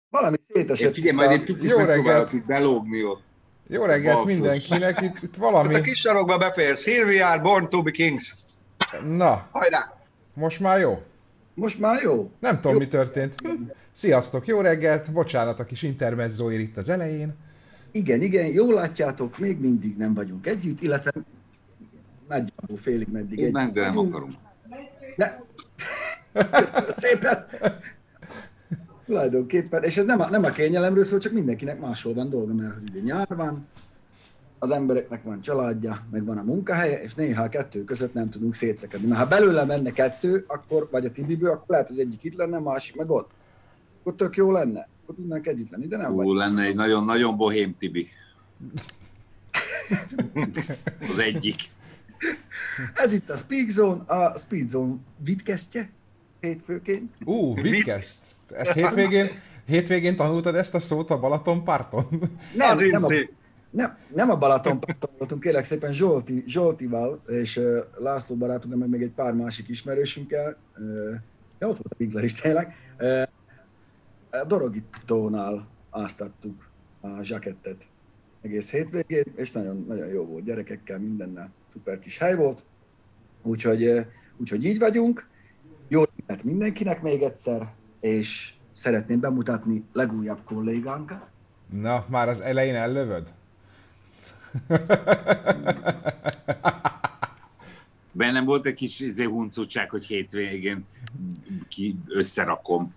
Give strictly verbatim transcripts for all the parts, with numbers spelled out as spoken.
Valami szétesett. Figyelj, majd egy picit megpróbálok itt belógni ott. Jó reggelt mindenkinek, itt, itt valami... Hát a kis sarokba beférsz. Here we are, born to be kings. Na, hajrá! Most már jó? Most már jó? Nem tudom, jó. mi történt. Sziasztok, jó reggelt, bocsánat a kis intermezzóért itt az elején. Igen, igen, jól látjátok, még mindig nem vagyunk együtt, illetve nagyjából félig meddig együtt. Nem, de nem akarunk. De... Köszönöm szépen! Tulajdonképpen, és ez nem a, nem a kényelemről szól, csak mindenkinek máshol van dolga, mert ugye nyár van, az embereknek van családja, meg van a munkahelye, és néha a kettő között nem tudunk szétszakadni. Mert ha belőle menne kettő, akkor, vagy a Tibiből, akkor lehet az egyik itt lenne, a másik meg ott. Akkor tök jó lenne, akkor tudnánk együtt lenni, de nem Ú, vagy. lenne egy nagyon-nagyon bohém Tibi. Az egyik. Ez itt a Speak Zone, a Speak Zone vidcastje, hétfőként. Ú, uh, vidcast. Ezt hétvégén, hétvégén tanultad ezt a szót a Balatonparton? Nem, az nem, a, nem, nem a Balatonparton voltunk, kérlek szépen Zsolti, Zsoltival, és uh, László barátunk, meg még egy pár másik ismerősünkkel. Uh, ja, ott volt a Winkler is tényleg. Uh, a Dorogitónál áztattuk a zsakettet egész hétvégén, és nagyon, nagyon jó volt gyerekekkel, mindennel. Szuper kis hely volt. Úgyhogy, uh, úgyhogy így vagyunk. Jó reggelt mindenkinek még egyszer, és szeretném bemutatni legújabb kollégánkat. Na, már az elején ellövöd? Bennem volt egy kis izé, huncutság, hogy hétvégén ki összerakom.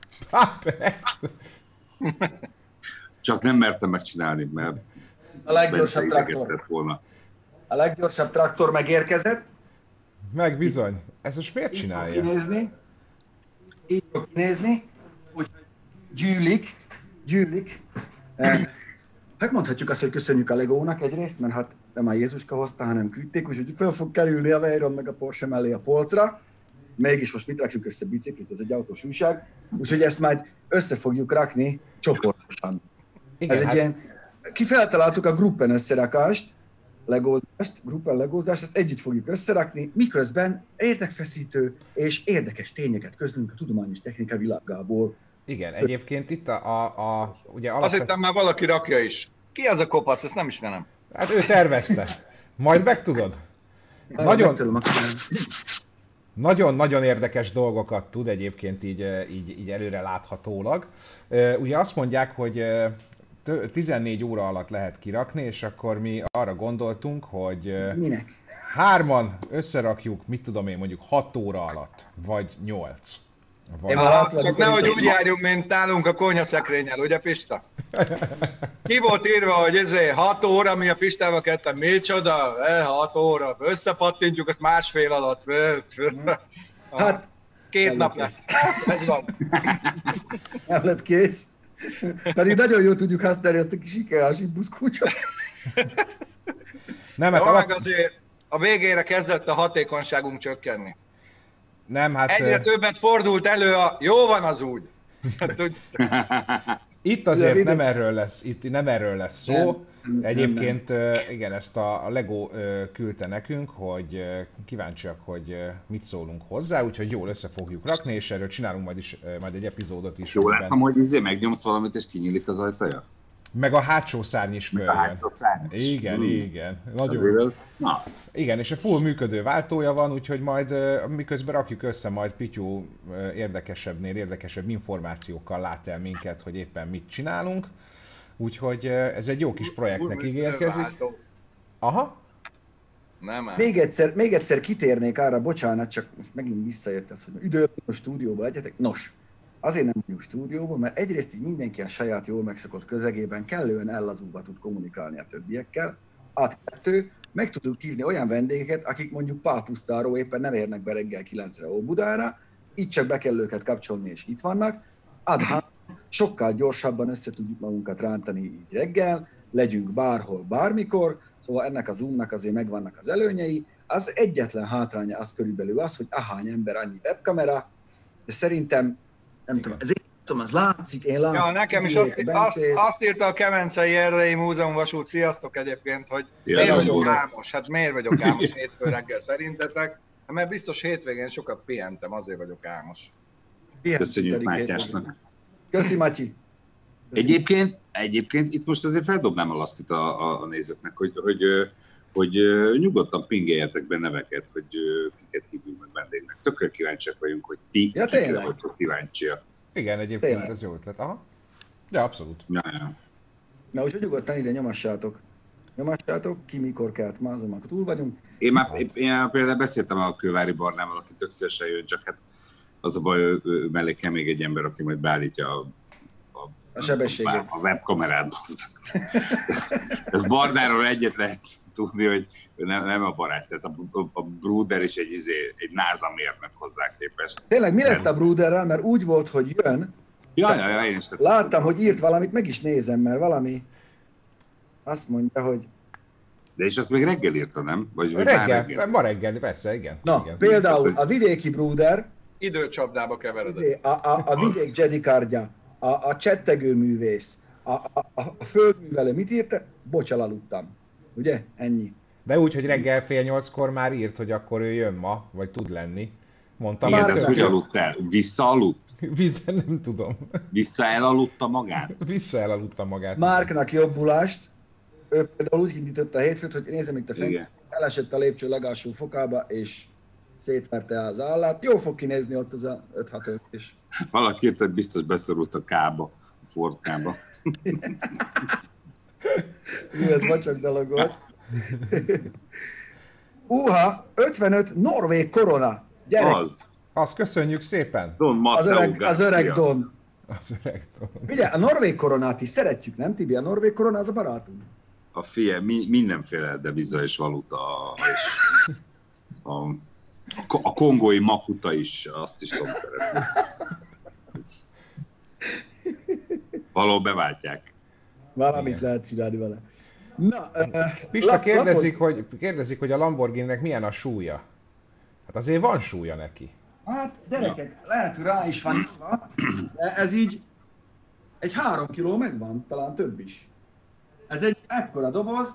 Csak nem mertem megcsinálni, mert a leggyorsabb traktor. Volna. A leggyorsabb traktor megérkezett. Meg bizony. Ez most miért csinálja? Így fog kinézni. Így fog kinézni. Úgyhogy gyűlik. Gyűlik. Megmondhatjuk azt, hogy köszönjük a Legónak egyrészt, mert hát nem a Jézuska hozta, hanem küldték, úgyhogy fel fog kerülni a Veyron meg a Porsche mellé a polcra. Mégis most mit rakjuk össze biciklit, ez egy autós újság. Úgyhogy ezt majd össze fogjuk rakni csoportosan. Igen, ez egy hát... ilyen... Kifeltaláltuk a gruppen összerakást, legózást, gruppen legózást, ezt együtt fogjuk összerakni, miközben érdekfeszítő és érdekes tényeket közlünk a tudományos technika világából. Igen, egyébként itt a... a, a ugye alapvet... Azt hittem már valaki rakja is. Ki az a kopasz? Ezt nem ismerem. Hát ő tervezte. Majd megtudod. Nagyon... Nagyon-nagyon érdekes dolgokat tud egyébként így, így, így előre láthatólag. Ugye azt mondják, hogy tizennégy óra alatt lehet kirakni, és akkor mi arra gondoltunk, hogy minek? Hárman összerakjuk, mit tudom én, mondjuk hat óra alatt, vagy nyolc. Vagy... Ah, csak nehogy úgy járjunk, mint nálunk a konyhaszekrényel, ugye Pista? Ki volt írva, hogy ezért hat óra, mi a Pistával kettem, micsoda? E, hat óra, összepattintjuk, azt másfél alatt. Hát, két nap lesz. Ez van. Nem lett kész. Pedig nagyon jól tudjuk használni ezt a kis ikeás buszkúcsot. Nem, hát alap... azért a végére kezdett a hatékonyságunk csökkenni. Nem, hát... Egyre többet fordult elő a jó van az úgy. Itt azért nem erről lesz, itt nem erről lesz szó. Egyébként nem, nem. igen, ezt a Lego küldte nekünk, hogy kíváncsiak, hogy mit szólunk hozzá, úgyhogy jól össze fogjuk rakni, és erről csinálunk majd, is, majd egy epizódot is. Jól láttam, hogy izé megnyomsz valamit, és kinyílik az ajtaja? Meg a hátsó szárny is följön. A hátsó szárny is. Igen, hmm. igen. Nagyon. Az... Na. Igen, és a full működő váltója van, úgyhogy majd miközben rakjuk össze, majd Pityu érdekesebbnél érdekesebb információkkal lát el minket, hogy éppen mit csinálunk. Úgyhogy ez egy jó kis projektnek ígérkezik. Aha. Nem áll. Még egyszer, még egyszer kitérnék arra, bocsánat, csak megint visszajött ez, hogy időben a stúdióba legyetek. Nos, azért nem vagyunk stúdióban, mert egyrészt így mindenki a saját jól megszokott közegében kellően ellazulva tud kommunikálni a többiekkel. Át kettő, meg tudunk hívni olyan vendégeket, akik mondjuk Pálpusztáról éppen nem érnek be reggel kilencre Óbudára, így csak be kell őket kapcsolni, és itt vannak. Ad három, sokkal gyorsabban össze tudjuk magunkat rántani így reggel, legyünk bárhol, bármikor, szóval ennek a Zoomnak azért megvannak az előnyei. Az egyetlen hátránya az körülbelül az, hogy ahány ember, annyi webkamera, de szerintem nem tudom, ez én az látszik, én látom. Ja, nekem is azt, azt, azt írta a Kemencei Erdélyi Múzeum vasút, sziasztok egyébként, hogy ja, miért vagyok álmos, hát miért vagyok álmos hétfő reggel szerintetek? Mert biztos hétvégén sokat pihentem, azért vagyok álmos. Köszönjük Mátyásnak. Köszi, Matyi. Egyébként, egyébként itt most azért feldobnám a lasztit a, a, a nézőknek, hogy, hogy, hogy nyugodtan pingeljetek be neveket, hogy kiket hívjunk meg vendégnek. Tökre kíváncsiak vagyunk, hogy ti Ja, kikre vagytok kíváncsiak. Igen, egyébként Tényleg. ez jó ötlet. Aha. Ja, abszolút. Ja, ja. Na, úgyhogy nyugodtan ide nyomassátok. Nyomassátok, ki mikor kelt, már azon már túl vagyunk. Én már én, én például beszéltem a Kővári Barnával, aki tök szívesen jön, csak hát az a baj, ő, ő mellé kell még egy ember, aki majd beállítja a, a, A sebességet. a, a webkamerát. Ez Barnáról egyet lehet tudni, hogy nem, nem a barát, tehát a, a, a Bruder is egy, izé, egy NASA mérnök hozzá képest. Tényleg mi lett a Bruderrel, mert úgy volt, hogy jön, Ja, ja, ja, én is tettem. láttam, hogy írt valamit, meg is nézem, mert valami azt mondja, hogy De és azt még reggel írta, nem? Vagy, vagy Reggel, már reggel? ma reggel, persze, igen. na, igen. például a vidéki Bruder, Időcsapdába keveredett. a, a, a vidék Jedi kardja, a, a csettegő művész, a, a, a földművelő, mit írta? Bocs, elaludtam. Ugye? Ennyi. De úgy, hogy reggel fél nyolckor már írt, hogy akkor ő jön ma, vagy tud lenni. Mondtam. Igen, Már de ez következő. hogy aludt el? Visszaaludt? De nem tudom. Vissza elaludta magát? Vissza elaludta magát. Márknak jobbulást, ő például úgy indította a hétfőt, hogy nézem itt a fény, Igen. elesett a lépcső legalsó fokába, és szétverte az állát. Jó fog kinézni ott az a öt-hat öt is. Valaki írt, hogy biztos beszorult a kába, a Fordkába. Jó, ez vacsak dolog volt. Uha, ötvenöt norvég korona. Gyerek, Az. Azt köszönjük szépen. Don az Matteo öreg, az öreg Garcia. Don. Az öreg Don. Ugye, a norvég koronát is szeretjük, nem Tibi? A norvég korona az a barátunk. A fie, mi, mindenféle deviza és valuta, és a, a, a kongói makuta is, azt is tudom szeretni. Valahol beváltják. Valamit Igen. lehet csinálni vele. Na, uh, Pista, kérdezik, hogy, kérdezik, hogy a Lamborghininek milyen a súlya. Hát azért van súlya neki. Hát, gyerekek, lehet, hogy rá is van írva, de ez így egy három kiló megvan, talán több is. Ez egy ekkora doboz,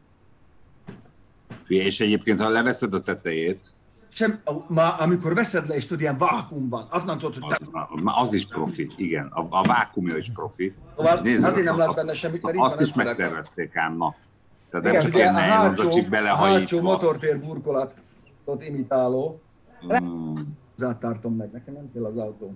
Hülye, és egyébként, ha leveszed a tetejét, sem, már amikor veszed le és tudod, ilyen vákum van, aztán tudod, hogy az, te... a- az is profi, igen. A, a vákumja is profi. Szóval Nézd, azért azt- nem lát azt- benne semmit, mert itt Azt van is ez szövet. megtervezték ám, na. Tehát nem Igen, csak ugye ilyen a nehéz, hátsó, csak a hátsó belehajítva. motortér burkolatot imitáló. Mm, Hozzá tartom meg, nekem nem kell az autó.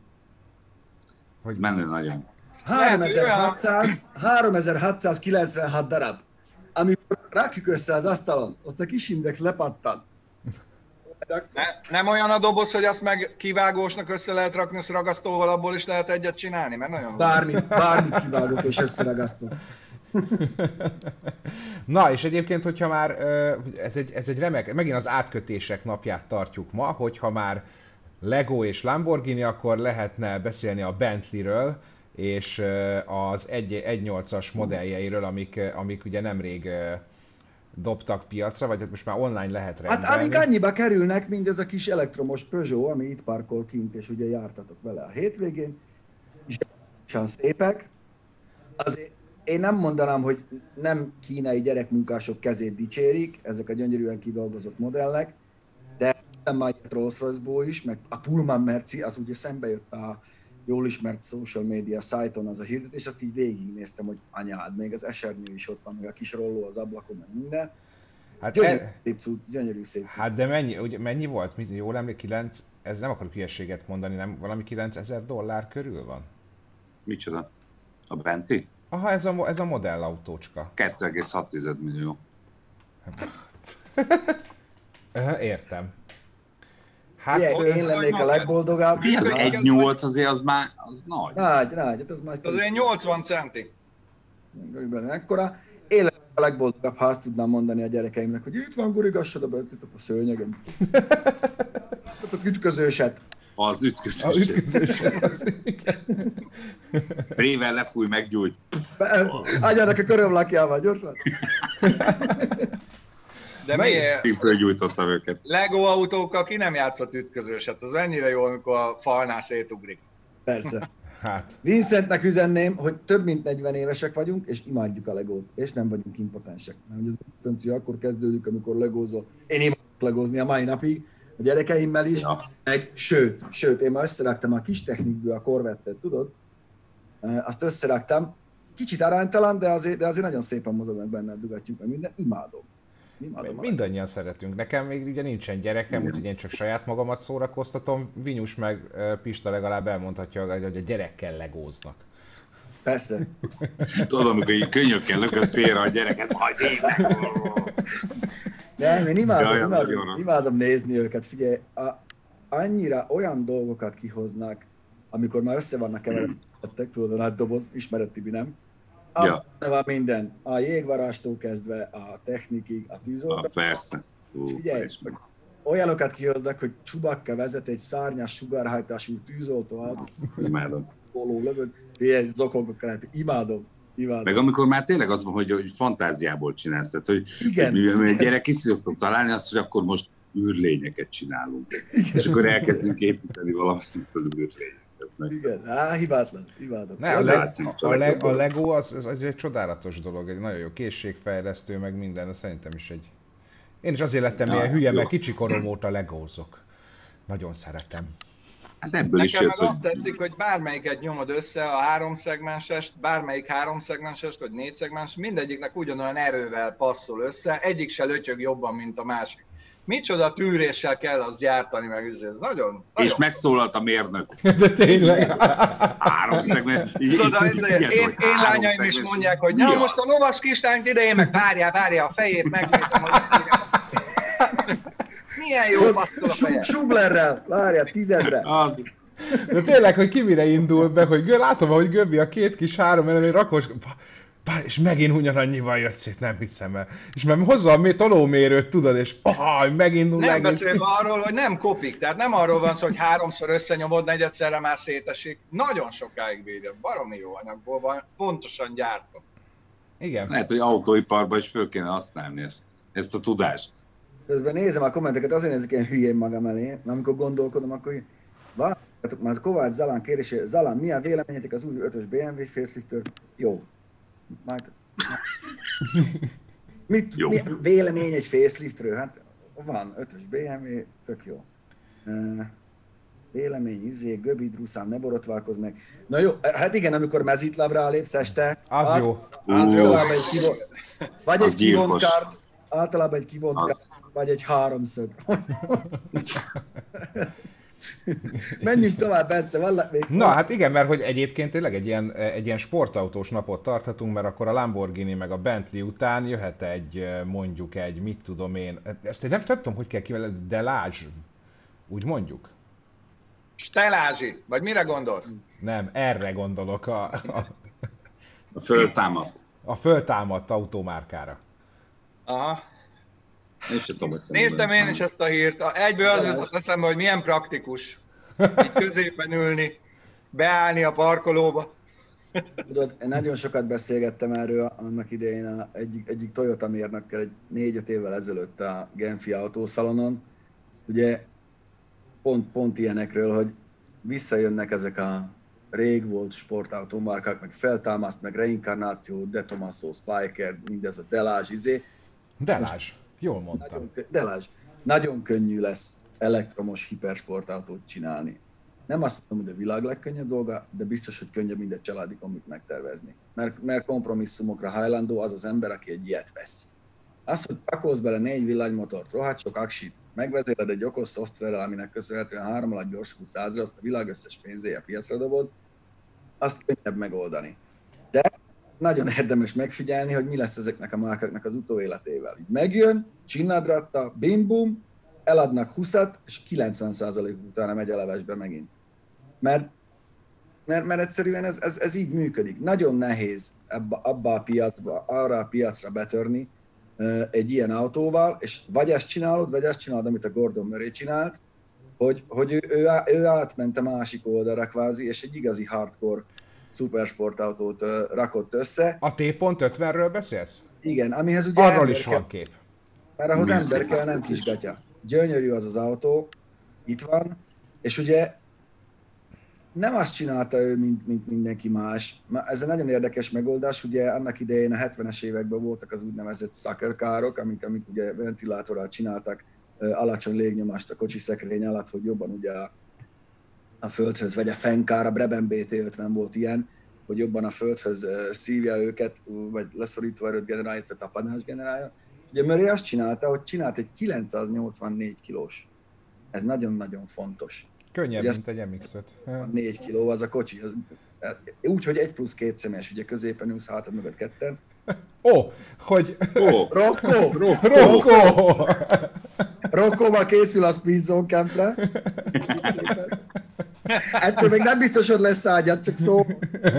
ez menő nagyon. háromezer-hatszáz, háromezer-hatszázkilencvenhat darab. Amikor rakjuk össze az asztalon, azt a kis index lepattan. Ne, nem olyan a doboz, hogy azt meg kivágósnak össze lehet rakni, azt ragasztóval abból is lehet egyet csinálni, mert nagyon Bármit, bármit kivágok és összeragasztok. Na, és egyébként, hogyha már, ö, ez egy, ez egy remek, megint az átkötések napját tartjuk ma, hogyha már Lego és Lamborghini, akkor lehetne beszélni a Bentleyről, és ö, az egy nyolcas modelljeiről, amik, ö, amik ugye nemrég ö, dobtak piacra, vagy hát most már online lehet Hát rendelni. amíg annyiba kerülnek, mint ez a kis elektromos Peugeot, ami itt parkol kint, és ugye jártatok vele a hétvégén, és szépek. Azért én nem mondanám, hogy nem kínai gyerekmunkások kezét dicsérik, ezek a gyönyörűen kidolgozott modellek, de nem már ilyet Rolls-Royce-ból is, meg a Pullman Merci, az ugye szembe jött a jól ismert social media szájton az a hirdetés, azt így végignéztem, hogy anyád, még az esernyő is ott van, meg a kis rolló az ablakon, meg minden. Hát, Gyönyörű e, szép cucc, gyönyörű szép cucc. hát de mennyi, ugye, mennyi volt? Mit, jól emlék, kilenc, ez nem akarok hülyeséget mondani, nem valami kilencezer dollár körül van? Micsoda? A Bentley? Aha, ez a, mo- ez a modellautócska. kettő egész hat millió. Aha, értem. Hát, Ilyen, ö, én lennék a legboldogább. Mi az Hogy egy nyolc azért az már az nagy. Nagy, nagy, hát ez már... Az olyan nyolcvan centi. Körülbelül ekkora. Én lennék a legboldogabb, ha azt tudnám mondani a gyerekeimnek, hogy itt van, gurigassad a beütötök a szőnyegem. Tudok ütközőset. Az a ütközés. ütközős. az- igen. Rével lefúj, meggyújt. Adjának a körömlakjával, gyorsan. De Mely- miért? Én fölgyújtottam őket. Lego autókkal ki nem játszott ütközőset? Az mennyire jó, amikor a falnál szétugrik. Persze. Hát, Vincentnek üzenném, hogy több mint negyven évesek vagyunk, és imádjuk a legót, és nem vagyunk impotensek. Mert hogy az tönci akkor kezdődik, amikor legózol. Én imádok legózni a mai napig, a gyerekeimmel is, Ja. meg sőt, sőt, én már összeraktam a kis technikből a korvettet, tudod? Azt összeraktam. Kicsit aránytalan, de azért, de azért nagyon szépen mozognak benne a dugattyúk, meg minden. Imádom. Imádom. Mindannyian szeretünk. Nekem még ugye nincsen gyerekem, úgyhogy én csak saját magamat szórakoztatom. Vinyus meg Pista legalább elmondhatja, hogy a gyerekkel legóznak. Persze. Tudom, amikor így könnyökkel lököd félre a gyereket, majd én Nem, én imádom, Jaj, imádom, imádom nézni őket. Figyelj, a, annyira olyan dolgokat kihoznak, amikor már össze vannak keveredettek, tudod, a nagy doboz, ismered Tibi, nem? Ja. Van minden, a jégvarástól kezdve a technikig, a tűzoltó. Ah, persze. Uh, figyelj, olyanokat kihoznak, hogy Chewbacca vezet egy szárnyas sugárhajtású tűzoltó imádom. Lövöd, figyelj, zokogok kellett, imádom. Imádom. Meg amikor már tényleg az van, hogy, hogy fantáziából csinálsz, tehát hogy, igen, hogy mivel egy gyerek is szoktam találni azt, hogy akkor most űrlényeket csinálunk. Igen. És akkor elkezdünk építeni valamit, hogy űrlények. Igen, á, hibátlan, imádom. Ne, a, le, a, le, a Lego az, az, az egy csodálatos dolog, egy nagyon jó készségfejlesztő, meg minden, szerintem is egy... Én is azért lettem ilyen hülye, mert kicsi korom óta legózok. Nagyon szeretem. Hát ebből Nekem is meg jött, azt hogy... tetszik, hogy bármelyiket nyomod össze, a háromszegmensest, bármelyik háromszegmensest, vagy négyszegmens, mindegyiknek ugyanolyan erővel passzol össze, egyik se lötyög jobban, mint a másik. Micsoda tűréssel kell azt gyártani, meg ez nagyon... nagyon és jó. Megszólalt a mérnök. De tényleg. Háromszegmens. Én, én lányaim is mondják, hogy na most a lovas kislányt ide, én meg várjál, várjál a fejét, megnézem, hogy... Milyen jó passzol a feje. Sublerrel, várjál, tizedre. Az. De tényleg, hogy ki mire indul be, hogy látom, hogy Göbbi a két kis három elemi rakos... És megint ugyanannyival jött szét, nem hiszem el. És már hozza a tolómérőt, tudod, és ah, megindul nem megint. Beszélve arról, hogy nem kopik, tehát nem arról van szó, hogy háromszor összenyomod, negyedszerre már szétesik. Nagyon sokáig bírja, baromi jó anyagból van, pontosan gyártva. Igen. Lehet, hogy autóiparban is föl kéne használni ezt, ezt a tudást. Közben nézem a kommenteket, azért nézek ilyen hülyén magam elé, mert amikor gondolkodom, akkor így, várjátok már, az Kovács Zalán kérdése, Zalán, milyen véleményetek az új ötös bé em vé faceliftről? Jó. Majd... Mit, jó. Mi vélemény egy faceliftről? Hát van ötös bé em vé, tök jó. Uh, vélemény, izé, Göbi, Druszán, ne borotválkozz meg. Na jó, hát igen, amikor mezítlábra lépsz este. Az át, jó. Az jó. Egy kivo... Vagy az egy kivont kard, általában egy kivont kard, vagy egy háromszög. Menjünk tovább, Bence, vannak még... Na hát igen, mert hogy egyébként tényleg egy ilyen, egy ilyen sportautós napot tarthatunk, mert akkor a Lamborghini meg a Bentley után jöhet egy, mondjuk egy, mit tudom én, ezt én nem, nem tudom, hogy kell kivelni, Delage, úgy mondjuk? Stelázsi, vagy mire gondolsz? Nem, erre gondolok, a... A, a föltámadt. A föltámadt automárkára. Aha. Én sem tudom, néztem én is ezt a hírt. Egyből az jutott eszembe, hogy milyen praktikus így középen ülni, beállni a parkolóba. Tudod, én nagyon sokat beszélgettem erről annak idején a egyik, egyik Toyota mérnökkel egy négy-öt évvel ezelőtt a Genfi autószalonon. Ugye pont, pont ilyenekről, hogy visszajönnek ezek a rég volt sportautómárkák, meg feltámaszt, meg reinkarnáció, De Tomaso, Spiker, mindez a Delage izé. Delage. Jól mondtam. Nagyon, Delage. Nagyon könnyű lesz elektromos hipersportautót csinálni. Nem azt mondom, hogy a világ legkönnyebb dolga, de biztos, hogy könnyebb minden családi komit megtervezni. Mert, mert kompromisszumokra hajlandó az az ember, aki egy ilyet vesz. Az, hogy pakolsz bele négy villanymotort, rohadt sok aksit, megvezéled egy okos szoftverrel, aminek köszönhetően három alatt gyorsul százra, azt a világ összes pénzéje piacra dobod, azt könnyebb megoldani. De nagyon érdemes megfigyelni, hogy mi lesz ezeknek a márkáknak az utóéletével. Így megjön, csinnadratta, bim bum, eladnak húszat, és kilencven százalék utána megy a levesbe megint. Mert, mert, mert egyszerűen ez, ez, ez így működik. Nagyon nehéz ebba, abba a piacba, arra a piacra betörni uh, egy ilyen autóval, és vagy ezt csinálod, vagy azt csinálod, amit a Gordon Murray csinált, hogy, hogy ő, ő, ő átment a másik oldalra kvázi, és egy igazi hardcore szupersportautót uh, rakott össze. A T ötvenről beszélsz? Igen, amihez ugye... Arról is van kép. Mert ahhoz ember kell, nem kisgatya. Gyönyörű az az autó, itt van, és ugye nem azt csinálta ő, mint, mint mindenki más. Ez egy nagyon érdekes megoldás, ugye annak idején a hetvenes években voltak az úgynevezett szackerkárok, amik, amik ugye ventilátorral csináltak uh, alacsony légnyomást a kocsi szekrény alatt, hogy jobban ugye a, a földhöz, vagy a fennkár, a Brabham bé té ötven volt ilyen, hogy jobban a földhöz szívja őket, vagy leszorító erőt generálja, vagy tapadás generálja. Ugye Murray azt csinálta, hogy csinált egy kilencszáznyolcvannégy kilós. Ez nagyon-nagyon fontos. Könnyebb, ugye mint egy em iksz öt. négy kiló az a kocsi. Az, úgy, hogy egy plusz két személyes, ugye középen ülsz, hátad mögött ketten. Ó, oh, hogy... Oh. Rocco! Rocco! Roccóval készül a Speed Zone Campre. Ettől még nem biztos, hogy lesz ágyat, csak szó.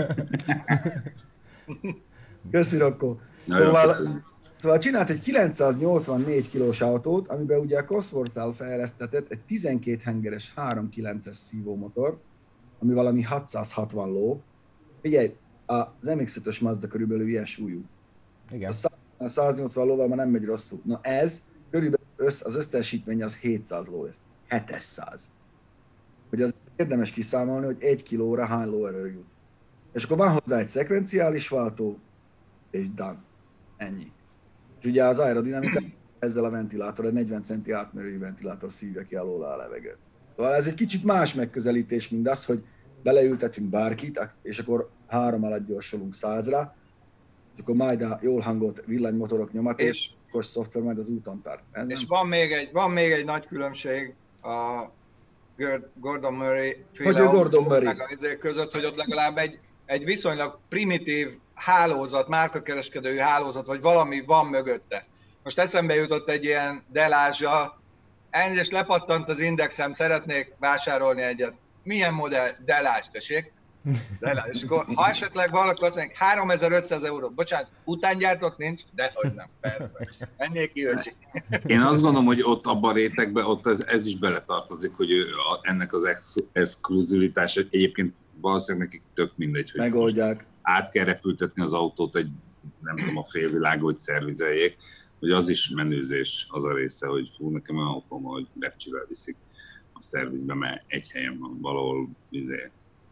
Köszi, Rocco. Szóval, szóval csinált egy kilencszáznyolcvannégy kilós autót, amiben ugye a Cosworth-szal fejlesztetett egy tizenkét hengeres három egész kilences szívómotor, ami valami hatszázhatvan ló. Figyelj, az em iksz ötös Mazda körülbelül ilyen súlyú. Igen. A száznyolcvan lóval már nem megy rosszul. Na ez, körülbelül az összesítmény az hétszáz ló lesz. hétszáz. Hogy az érdemes kiszámolni, hogy egy kilóra hány lóerő jut. És akkor van hozzá egy szekvenciális váltó, és done. Ennyi. És ugye az aerodinamika ezzel a ventilátor, egy negyven centi átmérőjű ventilátor szívja ki alóla a levegőt. Szóval ez egy kicsit más megközelítés, mint az, hogy beleültetünk bárkit, és akkor három alatt gyorsulunk százra, és akkor majd a jól hangolt villanymotorok nyomat, és akkor szoftver majd az úton tart. Ez és nem... van még, egy, van még egy nagy különbség a Gordon Murray féle Gordon Murray meg a izék között, hogy ott legalább egy, egy viszonylag primitív hálózat, márkakereskedői hálózat, vagy valami van mögötte. Most eszembe jutott egy ilyen Delázsa, és lepattant az indexem, szeretnék vásárolni egyet. Milyen modell? Delázs, tessék? Delázs. És akkor, ha esetleg valaki azt mondja, háromezer-ötszáz euró, bocsánat, utángyártott nincs? Dehogy nem, persze. Ennyi kiöcsik. Én azt gondolom, hogy ott abban a rétegben, ott ez, ez is beletartozik, hogy ennek az exkluzivitása egyébként valószínűleg nekik tök mindegy, hogy megoldják. Át kell repültetni az autót egy, nem tudom, a félvilág, hogy szervizeljék, hogy az is menőzés az a része, hogy fú, nekem olyan autóm, hogy repcsivel viszik a szervizbe, mert egy helyen van valahol vizé.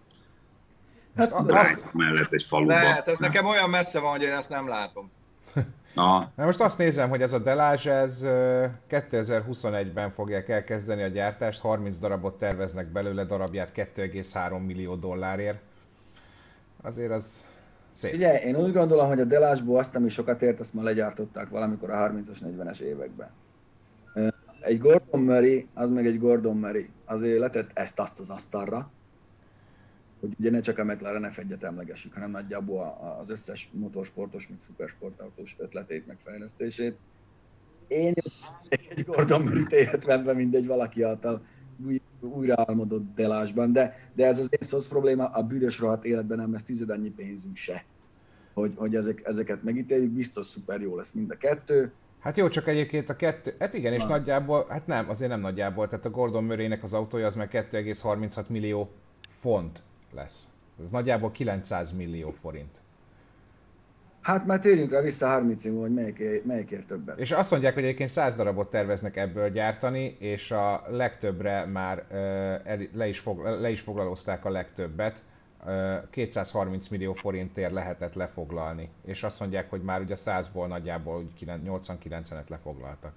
Hát azt mellett egy faluba. Lehet, ez nekem olyan messze van, hogy én ezt nem látom. Na. Na most azt nézem, hogy ez a Delázs, ez kétezer-huszonegyben fogják elkezdeni a gyártást, harminc darabot terveznek belőle, darabját két egész három millió dollárért. Azért az szép. Ugye, én úgy gondolom, hogy a Delázsból azt, ami sokat ért, azt már legyártották valamikor a harmincas, negyvenes években. Egy Gordon Murray, az meg egy Gordon Murray. Azért letett ezt-azt az asztalra, hogy ugye ne csak a McLaren ef egyet emlegessük, hanem nagyjából az összes motorsportos, mint szupersportautós ötletét, meg fejlesztését. Én egy Gordon Murray té hetvenben mindegy valaki által újra álmodott Delázsban, de, de ez az észhoz probléma, a büdös rohadt életben nem lesz tizedannyi pénzünk se, hogy, hogy ezek, ezeket megítéljük, biztos szuper jó lesz mind a kettő. Hát jó, csak egyébként a kettő, hát igen, és Na. nagyjából, hát nem, azért nem nagyjából, tehát a Gordon Murraynek az autója az meg két egész harminchat millió font lesz. Ez nagyjából kilencszáz millió forint. Hát már térjünk rá vissza harminc évig, hogy melyik, melyikért többet. És azt mondják, hogy egyébként száz darabot terveznek ebből gyártani, és a legtöbbre már uh, le, is fog, le is foglalozták a legtöbbet. Uh, kétszázharminc millió forintért lehetett lefoglalni. És azt mondják, hogy már ugye százból nagyjából nyolcvan-kilencvenet lefoglaltak.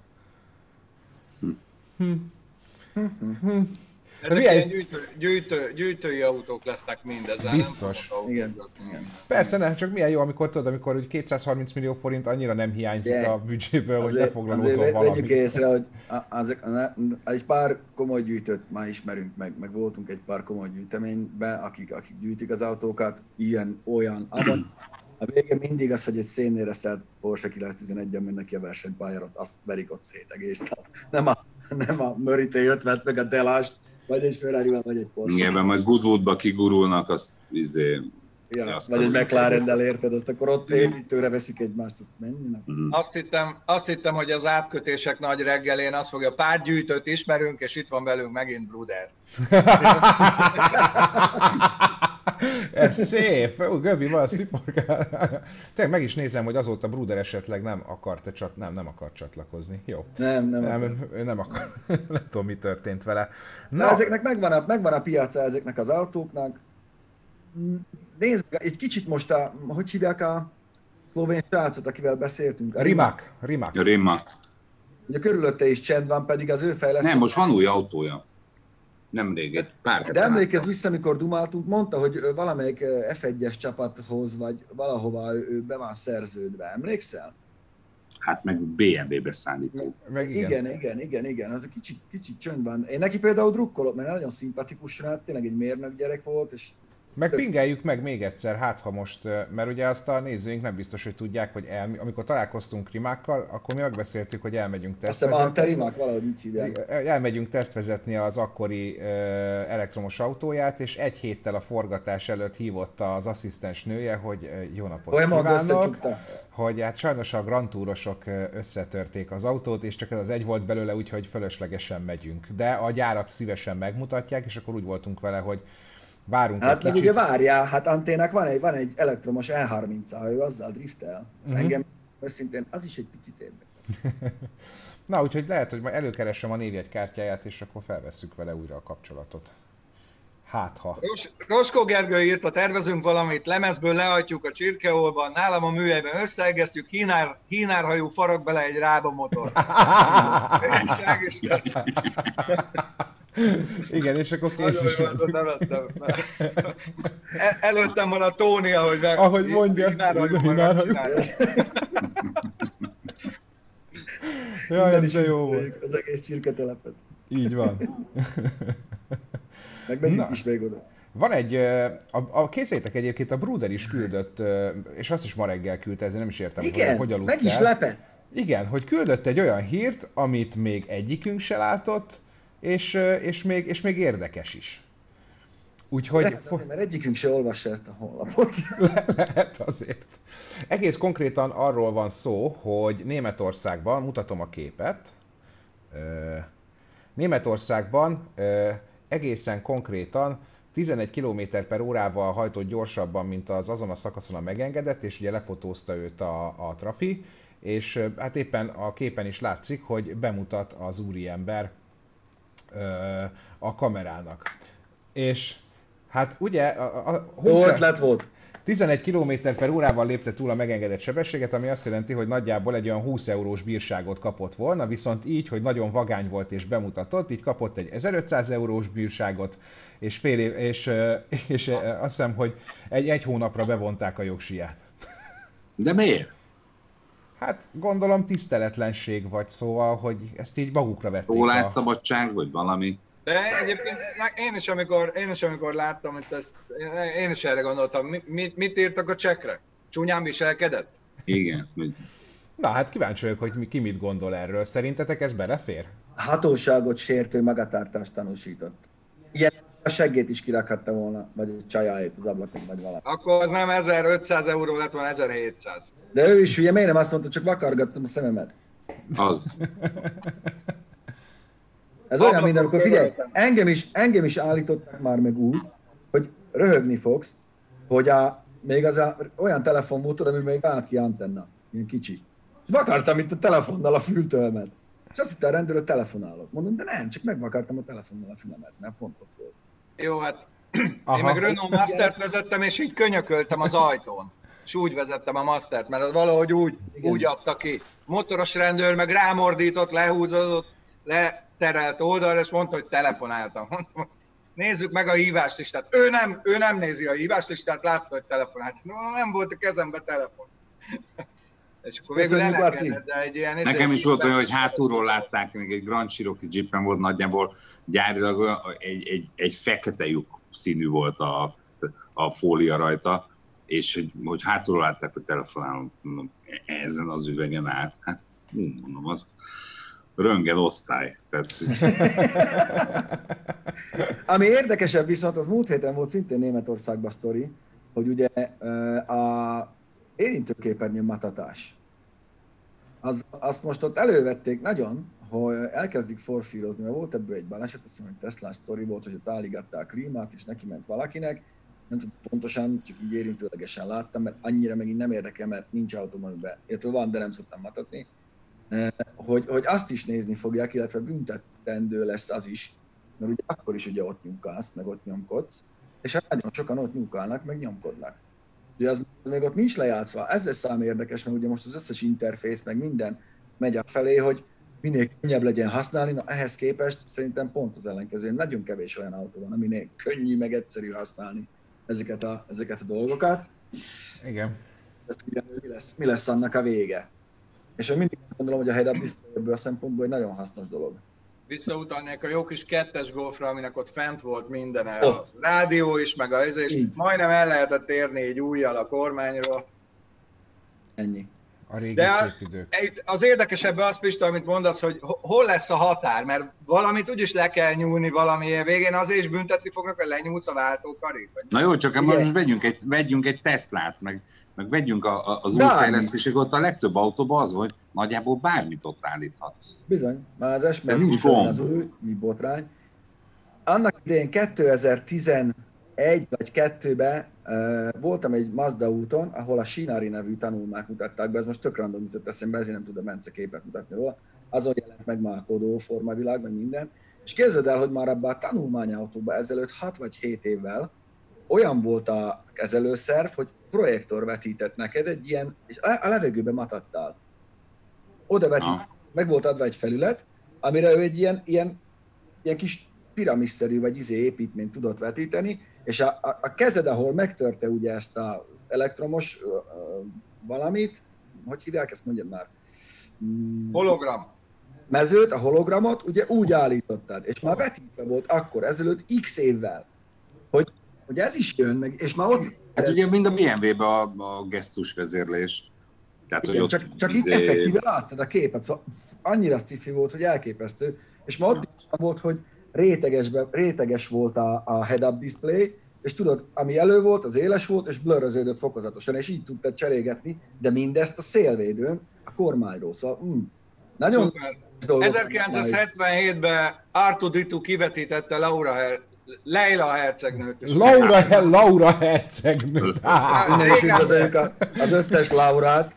Hm. Hm. Hm. Hm. Ezek milyen... ilyen gyűjtő, gyűjtő, gyűjtői autók lesznek mindezzel. Biztos. Igen. Igen. Persze, nem, csak milyen jó, amikor tudod, amikor hogy kétszázharminc millió forint annyira nem hiányzik de a büdzséből, hogy azért, lefoglalózol azért valamit. vegyük észre, hogy azok, egy pár komoly gyűjtőt már ismerünk meg, meg voltunk egy pár komoly gyűjteményben, akik, akik gyűjtik az autókat, ilyen, olyan, abban. A vége mindig az, hogy egy szénére szelt Porsche kilencszáztizenegyen mennek ki a versenypályára, azt verik ott szét egész nap. Nem a, nem a Murray té ötven meg a Delást, vagy egy Ferrari-vel, vagy egy Porsche. Igen, mert majd Goodwoodba kigurulnak, azt izé... Ja, vagy egy McLarennel érted, azt akkor ott építőre veszik egymást, azt menjenek. Mm. Azt hittem, azt hittem, hogy az átkötések nagy reggelén azt fogja, pár gyűjtőt ismerünk, és itt van velünk megint Bruder. Ez szép! Ó, Göbi, van sziporkál. Tényleg meg is nézem, hogy azóta Bruder esetleg nem akart, csat... nem, nem akart csatlakozni. Jó. Nem, nem, nem akar. ő nem akar. Nem tudom, mi történt vele. Na, Na ezeknek megvan a, megvan a piaca ezeknek az autóknak. Nézd, egy kicsit most a, hogy hívják a szlovén srácot, akivel beszéltünk? A Rimac. Rimac. A Rimac. Ugye körülötte is csend van, pedig az ő fejlesztő... Nem, most van új autója. Nemrég, egy pár De emlékezz vissza, amikor dumáltunk, mondta, hogy valamelyik ef egyes csapathoz, vagy valahova ő be van szerződve. Emlékszel? Hát meg bé em vé beszállító. Meg igen. igen, igen, igen, igen. Az egy kicsit, kicsit csönd van. Én neki például drukkolok, mert nagyon szimpatikus srác, tényleg egy mérnök gyerek volt, és meg pingeljük meg még egyszer, hát ha most, mert ugye azt a nézőink nem biztos, hogy tudják, hogy el, amikor találkoztunk Rimákkal, akkor mi megbeszéltük, hogy elmegyünk tesztvezetni. Aztán Rimák, valahogy így hívják. Elmegyünk tesztvezetni az akkori uh, elektromos autóját, és egy héttel a forgatás előtt hívott az asszisztens nője, hogy uh, jó napot Olyan kívánok, hogy hát sajnos a Grand Tourosok összetörték az autót, és csak ez az egy volt belőle, úgyhogy fölöslegesen megyünk. De a gyárat szívesen megmutatják, és akkor úgy voltunk vele, hogy várunk hát egy meg kicsit. ugye várjál, hát Anténak van egy, van egy elektromos E harminc-a, ő azzal driftel. Uh-huh. Engem őszintén az is egy picit érdekel. Na, úgyhogy lehet, hogy majd előkeressem a névjegykártyáját, és akkor felvesszük vele újra a kapcsolatot. Hát ha. Ros- Roskó Gergő írta, tervezünk valamit, lemezből lehajtjuk a csirkeolban, nálam a műhelyben összeegesztjük, hínár, hínárhajú farag bele egy rába motor. Igen, és akkor kész is. Előttem van a Tóni, ahogy, meg, ahogy mondja. Hínárhajú. Jaj, ez de jó volt. Az egész csirketelepet. Így van. Meg megyünk is még oda. Van egy, a, a, készítek egyébként, a Bruder is küldött, és azt is ma reggel küldte, ezért nem is értem, igen, hogy hogy aludtál. meg is lepett. Igen, hogy küldött egy olyan hírt, amit még egyikünk se látott, és, és, még, és még érdekes is. Úgyhogy... Lehet azért, mert egyikünk se olvassa ezt a honlapot. Le, lehet azért. Egész konkrétan arról van szó, hogy Németországban, mutatom a képet, Németországban egészen konkrétan tizenegy kilométer per órával hajtott gyorsabban, mint az azon a szakaszon a megengedett, és ugye lefotózta őt a, a trafi, és hát éppen a képen is látszik, hogy bemutat az úriember a kamerának. És hát ugye a, a húsz ötlet volt. tizenegy kilométer per órával lépte túl a megengedett sebességet, ami azt jelenti, hogy nagyjából egy olyan húsz eurós bírságot kapott volna, viszont így, hogy nagyon vagány volt és bemutatott, így kapott egy ezerötszáz eurós bírságot, és, fél év, és, és azt hiszem, hogy egy, egy hónapra bevonták a jogsiját. De miért? Hát gondolom tiszteletlenség vagy, szóval, hogy ezt így magukra vették. Szólásszabadság, vagy valami? De egyébként én is, amikor, én is, amikor láttam, hogy ezt, én is erre gondoltam. Mit, mit írtak a csekre? Csúnyán viselkedett? Igen. Na hát kíváncsi vagyok, hogy ki mit gondol erről. Szerintetek ez belefér? Hatóságot sértő magatartást tanúsított. Ilyen a seggét is kirakhatta volna, vagy a csajáét az ablakon, vagy valami. Akkor az nem ezerötszáz euró lett volna, ezerhétszáz. De ő is ugye, miért nem azt mondta, csak vakargattam a szememet. Az. Ez olyan, mint amikor figyelj, engem is, engem is állítottak már meg úgy, hogy röhögni fogsz, hogy a, még az a, olyan telefon volt, ami még állt ki antenna, ilyen kicsi. És vakartam itt a telefonnal a fültölmet. És azt hitte a rendőr, telefonálok. Mondom, de nem, csak megvakartam a telefonnal a fülemet, mert pont ott volt. Jó, hát aha. Én meg Renault Mastert vezettem, és így könyököltem az ajtón. És úgy vezettem a Mastert, mert valahogy úgy, úgy adta ki. Motoros rendőr meg rámordított, lehúzódott, leterelt oldalra, és mondta, hogy telefonáltam. Mondtam, nézzük meg a híváslistát. Ő nem, ő nem nézi a híváslistát, látta, hogy telefonált. No, nem volt a kezembe telefon. És akkor végül elengedett, de egy ilyen... Nekem is volt olyan, hogy hátulról látták, még egy Grand Cherokee Jeepen volt nagyjából gyárilag, egy, egy, egy fekete lyuk színű volt a, a fólia rajta, és hogy, hogy hátulról látták, hogy telefonálom, mondom, ezen az üvegen át. Hát, mondom, az röntgen osztály. Tehát... Ami érdekesebb viszont, az múlt héten volt szintén Németországban sztori, hogy ugye a érintőképernyő matatás. Az, azt most ott elővették nagyon, hogy elkezdik forszírozni, mert volt ebből egy baleset, azt hiszem, hogy Tesla sztori volt, hogy ott álligatta a klímát, és neki ment valakinek. Nem tudom pontosan, csak így érintőlegesen láttam, mert annyira megint nem érdekel, mert nincs autóm, amiben, illetve van, de nem szoktam matatni. Hogy, hogy azt is nézni fogják, illetve büntetendő lesz az is, mert ugye akkor is ugye ott nyomkálsz, meg ott nyomkodsz, és hát nagyon sokan ott nyomkálnak, meg nyomkodnak. Ugye az, az még ott nincs lejátszva. Ez lesz szám érdekes, mert ugye most az összes interfész, meg minden megy a felé, hogy minél könnyebb legyen használni, na ehhez képest szerintem pont az ellenkező. Nagyon kevés olyan autó van, aminél könnyű meg egyszerű használni ezeket a, ezeket a dolgokat. Igen. Ezt ugye, mi lesz, mi lesz annak a vége. És én mindig azt gondolom, hogy a head-up display ebből a szempontból egy nagyon hasznos dolog. Visszautalnék a jó kis kettes Golfra, aminek ott fent volt minden, a rádió is, meg a és így. Majdnem el lehetett érni egy újjal a kormányról. Ennyi. A régi De szép idők. az érdekesebb az, Pista, amit mondasz, hogy hol lesz a határ, mert valamit úgyis le kell nyúlni valamilyen végén, azért is büntetni fognak, hogy lenyúlsz a váltókarit. Na jó, csak Igen. most vegyünk egy, vegyünk egy Teslát, meg, meg vegyünk a, a, az új Bármi. fejlesztések, ott a legtöbb autóban az, hogy nagyjából bármit ott állíthatsz. Bizony, már az De nincs S-Merc gomb. az új, mi botrány. Annak idején kétezer-tizenegy vagy kettőben uh, voltam egy Mazda úton, ahol a Shinari nevű tanulmányt mutatták be, ez most tök random jutott eszembe, ezért nem tud a Bence képet mutatni róla. Azon jelent meg már a Kodó, formavilág, meg minden. És képzeld el, hogy már abban a tanulmányautóban ezelőtt hat vagy hét évvel olyan volt a kezelőszerv, hogy projektor vetített neked egy ilyen, és a levegőbe matattál. Oda vetít, Ah. meg volt adva egy felület, amire ő egy ilyen, ilyen, ilyen kis piramisszerű vagy izé építményt tudott vetíteni, és a, a, a kezed, ahol megtörte ugye ezt a elektromos uh, uh, valamit, hogy hívják, ezt mondjam már? Mm, Hologram. mezőt, a hologramot, ugye úgy állítottad, és már vetítve volt akkor, ezelőtt x évvel, hogy, hogy ez is jön meg, és már ott... Hát ugye mind a bé em vé-ben a, a gesztusvezérlés. Tehát, Igen, hogy ott csak, csak itt izé- effektíve láttad a képet, szóval annyira sci-fi volt, hogy elképesztő, és ma ott is volt, hogy rétegesbe, réteges volt a, a head-up display, és tudod, ami elő volt, az éles volt, és blurröződött fokozatosan, és így tudtad cserégetni, de mindezt a szélvédőn, a kormányról, szóval mm, nagyon Szuper. dolgok. ezerkilencszázhetvenhétben Artuditu kivetítette Laura Her- Leila hercegnőt is. Laura, Laura hercegnő. Innen is üdvözöljük a- az összes Laurát.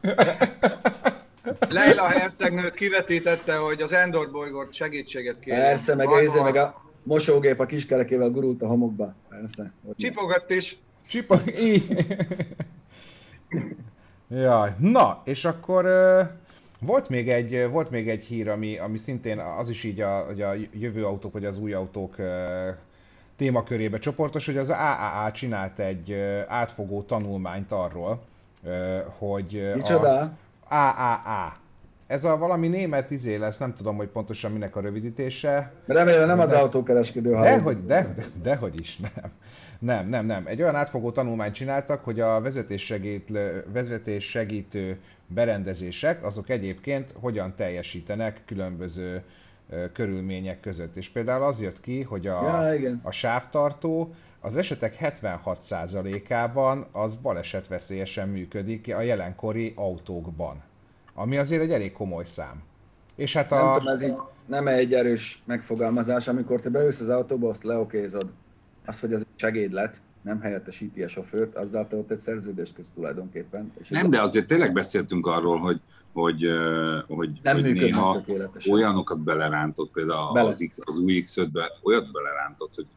Leila hercegnőt kivetítette, hogy az Endor bolygót segítséget kérjen. Persze, meg, Majd a, van. meg a mosógép a kiskerekével gurult a homokba. Persze. Hogy Csipogott is. Csipa, így. Jaj, na, és akkor uh, volt még egy, volt még egy hír, ami, ami szintén az is így a, hogy a jövő autók, vagy az új autók uh, témakörébe csoportos, hogy az á á á csinált egy uh, átfogó tanulmányt arról, uh, hogy uh, Micsoda? a á á á. Ez a valami német izé lesz, nem tudom, hogy pontosan minek a rövidítése. Remélem nem az De- autókereskedő Dehogy, de, de, dehogy is, nem. Nem, nem, nem. Egy olyan átfogó tanulmányt csináltak, hogy a vezetéssegítő, vezetéssegítő berendezések, azok egyébként hogyan teljesítenek különböző ö, körülmények között. És például az jött ki, hogy a, Ja, igen. a sávtartó az esetek hetvenhat százalékában az balesetveszélyesen működik a jelenkori autókban. Ami azért egy elég komoly szám. És hát Nem a... tudom, ez így nem egy erős megfogalmazás, amikor te beülsz az autóba, azt leokézod. Az, hogy ez egy segédlet, nem helyettesíti a sofőrt, azzal te ott egy szerződést közt tulajdonképpen. És Nem, de azért tényleg beszéltünk arról, hogy, hogy, ö, hogy, nem hogy működnek néha tökéletesen. olyanokat belerántott, például Bele. az, X, az új iksz ötbe olyat belerántott, hogy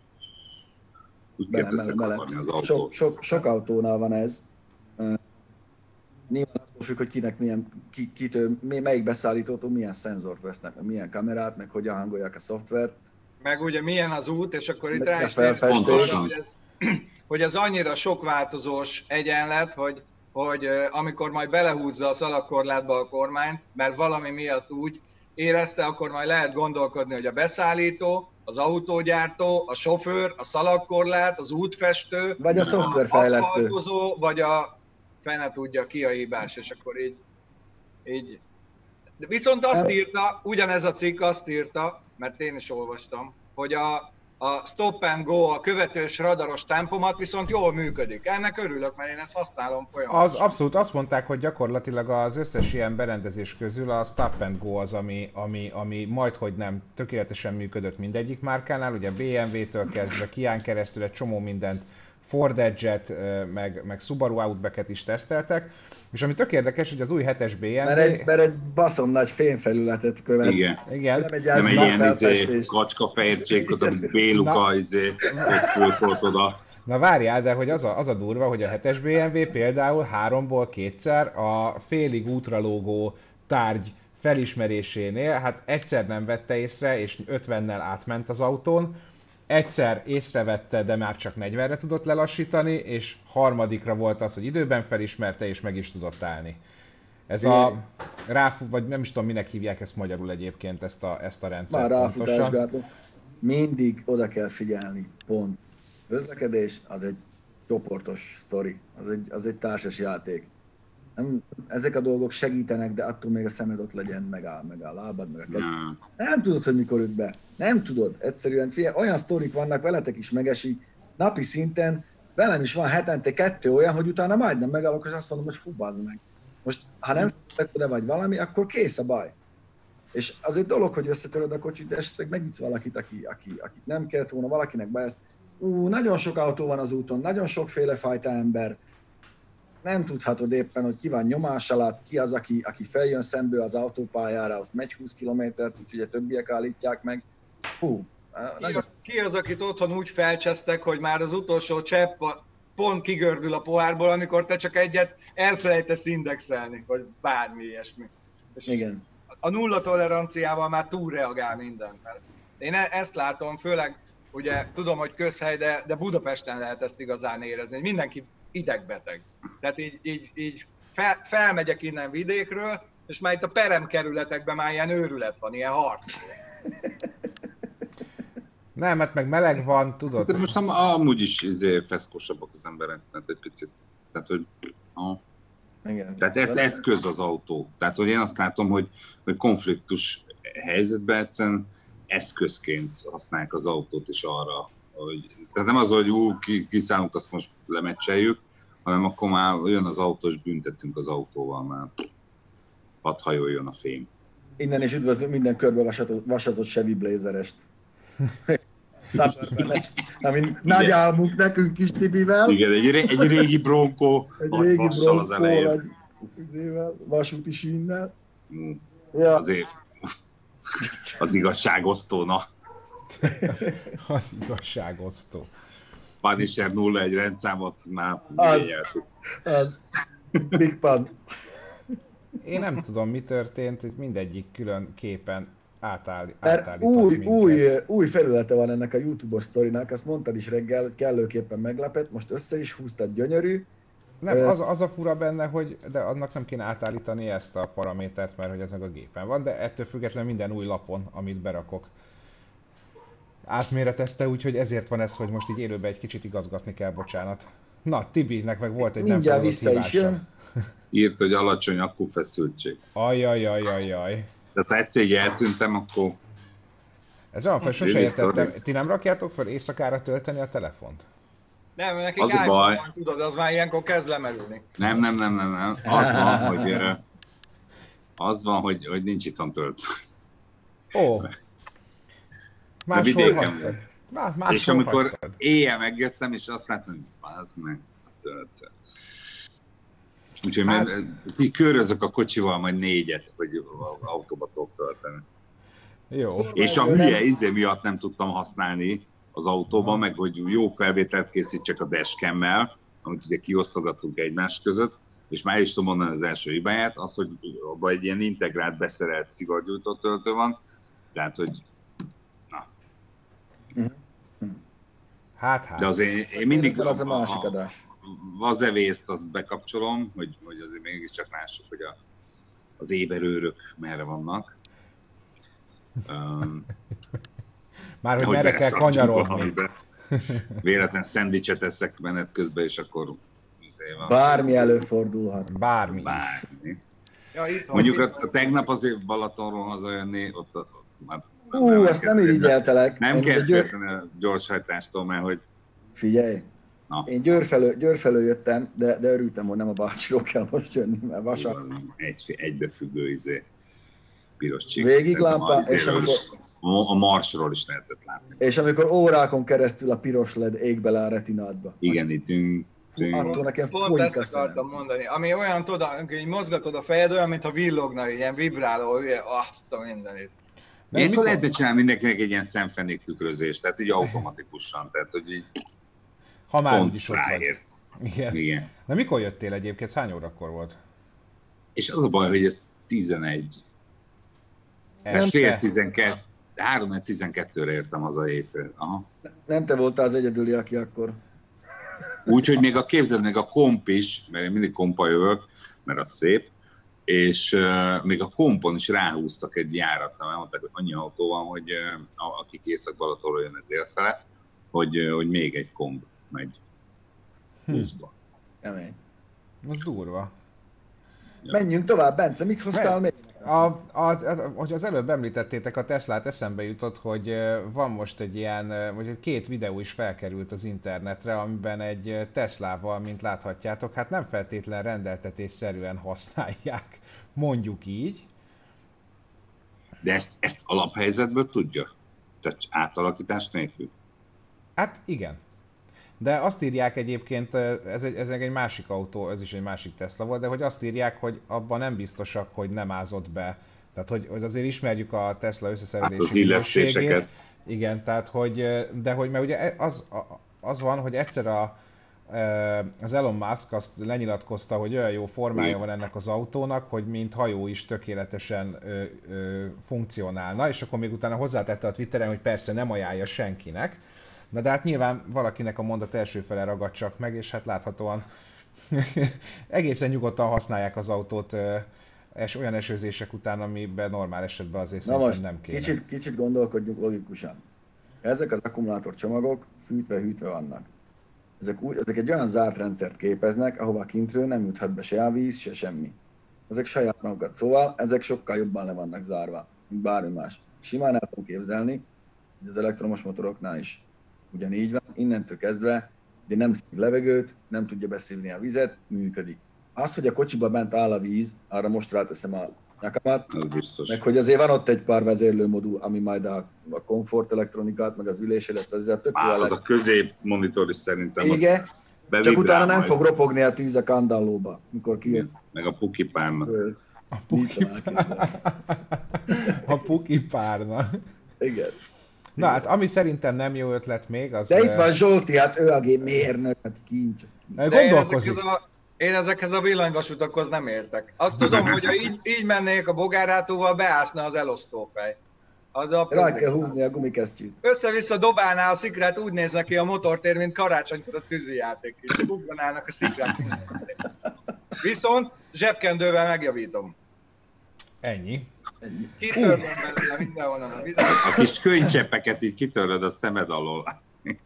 úgy Bele, kellett bele, bele. összekaparni az autót. Sok, sok, sok autónál van ez. Uh, Nyilván attól függ, hogy kinek milyen, ki, kitől, melyik beszállítótól milyen szenzort vesznek, meg milyen kamerát, meg hogyan hangolják a szoftvert. Meg ugye milyen az út, és akkor itt Meg rá a is térünk felfestés. arra, hogy ez, hogy ez annyira sokváltozós egyenlet, hogy, hogy ö, amikor majd belehúzza a szalagkorlátba a kormányt, mert valami miatt úgy érezte, akkor majd lehet gondolkodni, hogy a beszállító, az autógyártó, a sofőr, a szalagkorlát, az útfestő, Vagy a az szoftverfejlesztő. aszfaltozó, vagy a fene tudja ki a hibás, és akkor így, így. De viszont azt írta, ugyanez a cikk azt írta, mert én is olvastam, hogy a, a stop and go, a követős radaros tempomat viszont jól működik. Ennek örülök, mert én ezt használom folyamatosan. Az abszolút azt mondták, hogy gyakorlatilag az összes ilyen berendezés közül a Stop and Go az, ami, ami, ami majdhogy nem tökéletesen működött mindegyik márkánál, ugye bé em vé-től kezdve, Kián keresztül egy csomó mindent, Ford Edge-et, meg, meg Subaru Outback-et is teszteltek, és ami tök érdekes, hogy az új hetes bé em vé... Mert egy, mert egy baszom nagy fényfelületet követ. Igen. Igen. Nem egy, Nem egy átlag ilyen izé, felfestés. kacskafejércsékot, amit Béluka Na. izé, ott föltolt oda. Na várjál, de hogy az a, az a durva, hogy a hetes bé em vé például háromból kétszer a félig útra lógó tárgy felismerésénél, hát egyszer nem vette észre, és ötvennel átment az autón, egyszer észrevette, de már csak negyvenre tudott lelassítani, és harmadikra volt az, hogy időben felismerte, és meg is tudott állni. Ez a ráfut, vagy nem is tudom, minek hívják ezt magyarul egyébként, ezt a, ezt a rendszert Már pontosan. ráfutásgátló. Mindig oda kell figyelni, pont. Közlekedés az egy csoportos sztori, az egy, az egy társas játék. Nem, ezek a dolgok segítenek, de attól még a szemed ott legyen, megáll, megáll lábad, meg a kegy. Nem. Nem tudod, hogy mikor üt be. Nem tudod. Egyszerűen figyelj, olyan sztorik vannak, veletek is megesik, napi szinten, velem is van hetente kettő olyan, hogy utána majdnem megállok, és azt mondom, hogy fú, bazd meg. Most, ha nem figyelek oda vagy valami, akkor kész a baj. És az egy dolog, hogy összetöröd a kocsit, de esetleg megütsz valakit, aki, aki, akit nem kellett volna, valakinek baj ezt. Ú, nagyon sok autó van az úton, nagyon sokféle fajta ember. Nem tudhatod éppen, hogy ki van nyomás alatt, ki az, aki, aki feljön szemből az autópályára, azt megy húsz kilométert, úgyhogy a többiek állítják meg. Hú, Ki, nagyon... ki az, akit otthon úgy felcsesztek, hogy már az utolsó csepp pont kigördül a pohárból, amikor te csak egyet elfelejtesz indexelni, vagy bármi ilyesmi. És Igen. a nulla toleranciával már túlreagál minden. Én e- ezt látom, főleg ugye tudom, hogy közhely, de, de Budapesten lehet ezt igazán érezni, hogy mindenki idegbeteg. Tehát így, így, így fel, felmegyek innen vidékről, és már itt a peremkerületekben már ilyen őrület van, ilyen harc. Nem, hát meg meleg van, tudod. De most am- amúgy is izé, feszkósabbak az emberek, tehát egy picit. Tehát, hogy... Ah. Igen. Tehát ez eszköz az autó. Tehát, hogy én azt látom, hogy, hogy konfliktus helyzetben egyszerűen eszközként használják az autót is arra, hogy... Tehát nem az, hogy ú, kiszállunk, azt most lemecseljük, hanem akkor már jön az autós, büntetünk az autóval, már hadd hajoljon a fém. Innen is üdvözlünk minden körbe vasazott Chevy Blazerest. Summerfest, ami nagy álmunk nekünk is Tibivel. Igen, egy, ré, egy régi Bronco, Egy nagy régi vassal az Bronco, elején. vagy izével, vasúti sínnel. Mm, Ja. Azért az igazságosztó, na. Az igazságosztó. Punisher nulla egy rendszámot már Az. igényeltük. Az. Big Pan. Én nem tudom, mi történt, hogy mindegyik külön képen átáll, Mert átállított új, minket. új, új felülete van ennek a YouTube-os sztorinak, azt mondtad is reggel, hogy kellőképpen meglepett, most össze is húztad, gyönyörű. Nem, az, az a fura benne, hogy de annak nem kéne átállítani ezt a paramétert, mert hogy ez meg a gépen van, de ettől függetlenül minden új lapon, amit berakok, átméretezte, úgyhogy ezért van ez, hogy most így élőben egy kicsit igazgatni kell, bocsánat. Na, Tibinek meg volt egy nem Mindjárt feladott vissza is hibása. jön. Írt, hogy alacsony akkufeszültség. Ajajajajaj. De ha egyszer így eltűntem, akkor Ez olyan, hogy sose Tényleg, értettem. sorry. Ti nem rakjátok fel éjszakára tölteni a telefont? Nem, nekik Az a ágyban baj. van, tudod, az már ilyenkor kezd lemerülni. nem, nem, nem, nem, nem. Az van, hogy ö, az van, hogy, hogy nincs itthon töltő. Ó. Máshol vidéken hagytad. vagy. Má, És máshol amikor hagytad. éjjel megjöttem, és azt láttam, hogy bazd meg, a töltő. Úgyhogy Hát- hát... körözök a kocsival majd négyet, hogy autóba tudok tölteni. Jó. És a nem- hülye izé miatt nem tudtam használni az autóban, meg hogy jó felvételt készítsek a dashcammel, amit ugye kiosztogattunk egymás között, és már is tudom mondani az első hibáját, az, hogy abban egy ilyen integrált, beszerelt szivargyújtó töltő van, tehát, hogy na. Hát, hát. De azért én mindig az a másik a, adás. vazevészt azt bekapcsolom, hogy, hogy azért mégiscsak lássuk, hogy a, az éberőrök merre vannak. Um, Már hogy Hogy merre kell beleszartunk kanyarodni. valamibe. Véletlen szendvicset eszek menet közben, és akkor izé van. Bármi előfordulhat. Bármi is. Bármi. Ja, itt van, Mondjuk itt a, van. a tegnap azért Balatonról hazajönni, ott, ott, ott már Ú, ezt nem irigyeltelek. Nem Én kell Győr... félteni a gyorshajtástól, mert hogy Figyelj, na, én Győr felől, Győr felől jöttem, de, de örültem, hogy nem a bácsiról kell most jönni, mert vasak. egy, egybefüggő izé, piros csík. Végig Szerintem lámpa, a és izéről amikor- is- A Marsról is lehetett látni. És amikor órákon keresztül a piros led ég bele a retinádba. Igen, itt ünk, Fú, attól nekem Pont folyik ezt a szemem. akartam mondani. Ami olyan, tudod, amikor így mozgatod a fejed, olyan, mintha villogna, ilyen vibráló, hülye, azt a mindenit. Nem, Ilyenkor mikor? lehetne csinálni mindenkinek egy ilyen szemfenék tükrözést, tehát így automatikusan, tehát hogy így Ha már pont úgyis ott vagy. ráérsz. Igen. Igen. Na mikor jöttél egyébként? Hány órakor volt? És az a baj, hogy ez tizenegy Tehát fél tizenkettő, három tizenkettőre értem haza éjfél. Aha. Nem te voltál az egyedüli, aki akkor... Úgyhogy még a képzeld, még a komp is, mert én mindig kompa jövök, mert az szép, és uh, még a kompon is ráhúztak egy járattal, mert mondták, hogy annyi autó van, hogy uh, akik Észak-Balatonról jönnek délfele, hogy, uh, hogy még egy komp megy húszba. Kemény. Az durva. Ja. Menjünk tovább, Bence, mit hoztál még? A, a, a, hogy az előbb említettétek a Teslát, eszembe jutott, hogy van most egy ilyen, vagy két videó is felkerült az internetre, amiben egy Teslával, mint láthatjátok, hát nem feltétlen rendeltetésszerűen használják, mondjuk így. De ezt, ezt alaphelyzetből tudja? Tehát átalakítás nélkül? Hát igen. De azt írják egyébként, ez egy, ez egy másik autó, ez is egy másik Tesla volt, de hogy azt írják, hogy abban nem biztosak, hogy nem ázott be. Tehát, hogy, hogy azért ismerjük a Tesla összeszerelési minőségét. Igen, tehát, hogy, de hogy mert ugye az, az van, hogy egyszer a, az Elon Musk azt lenyilatkozta, hogy olyan jó formája van ennek az autónak, hogy mint hajó is tökéletesen ö, ö, funkcionálna, és akkor még utána hozzátette a Twitteren, hogy persze nem ajánlja senkinek. Na de hát nyilván valakinek a mondat első fele ragad csak meg, és hát láthatóan egészen nyugodtan használják az autót és olyan esőzések után, amiben normál esetben azért Na szerintem most, nem kéne. Kicsit, kicsit gondolkodjunk logikusan. Ezek az akkumulátorcsomagok fűtve-hűtve vannak. Ezek, úgy, ezek egy olyan zárt rendszert képeznek, ahova kintről nem juthat be se a víz, se semmi. Ezek saját magukat, szóval ezek sokkal jobban le vannak zárva, mint bármi más. Simán el tudom képzelni, hogy az elektromos motoroknál is ugyanígy van, innentől kezdve, de nem szív levegőt, nem tudja beszívni a vizet, működik. Az, hogy a kocsiba bent áll a víz, arra most ráteszem a nyakamat, meg hogy azért van ott egy pár vezérlőmodul, ami majd a, a komfort elektronikát, meg az ülésedet, azért tök jó. Az a középmonitor is szerintem. Igen, csak utána nem majd fog ropogni a tűz a kandallóba, mikor kijön. Meg a pukipárna. A pukipárna. A pukipárna. Igen. Na hát, ami szerintem nem jó ötlet még, az... De itt van Zsolti, hát ő a mérnök, hát kincs. Gondolkozik. Én, a, én ezekhez a villanyvasutakhoz nem értek. Azt tudom, hogy ha így, így mennék a bogárhátóval, beásna az elosztófej. Rá kell húzni a gumikesztyűt. Össze-vissza dobálná a szikrát, úgy néz neki a motortér, mint karácsonykor a tűzijáték is. Ugranának a szikrát. Viszont zsebkendővel megjavítom. Ennyi. Kitörlöm belőle mindenhonnan a vizet. A kis könycseppeket így kitörlöd a szemed alól.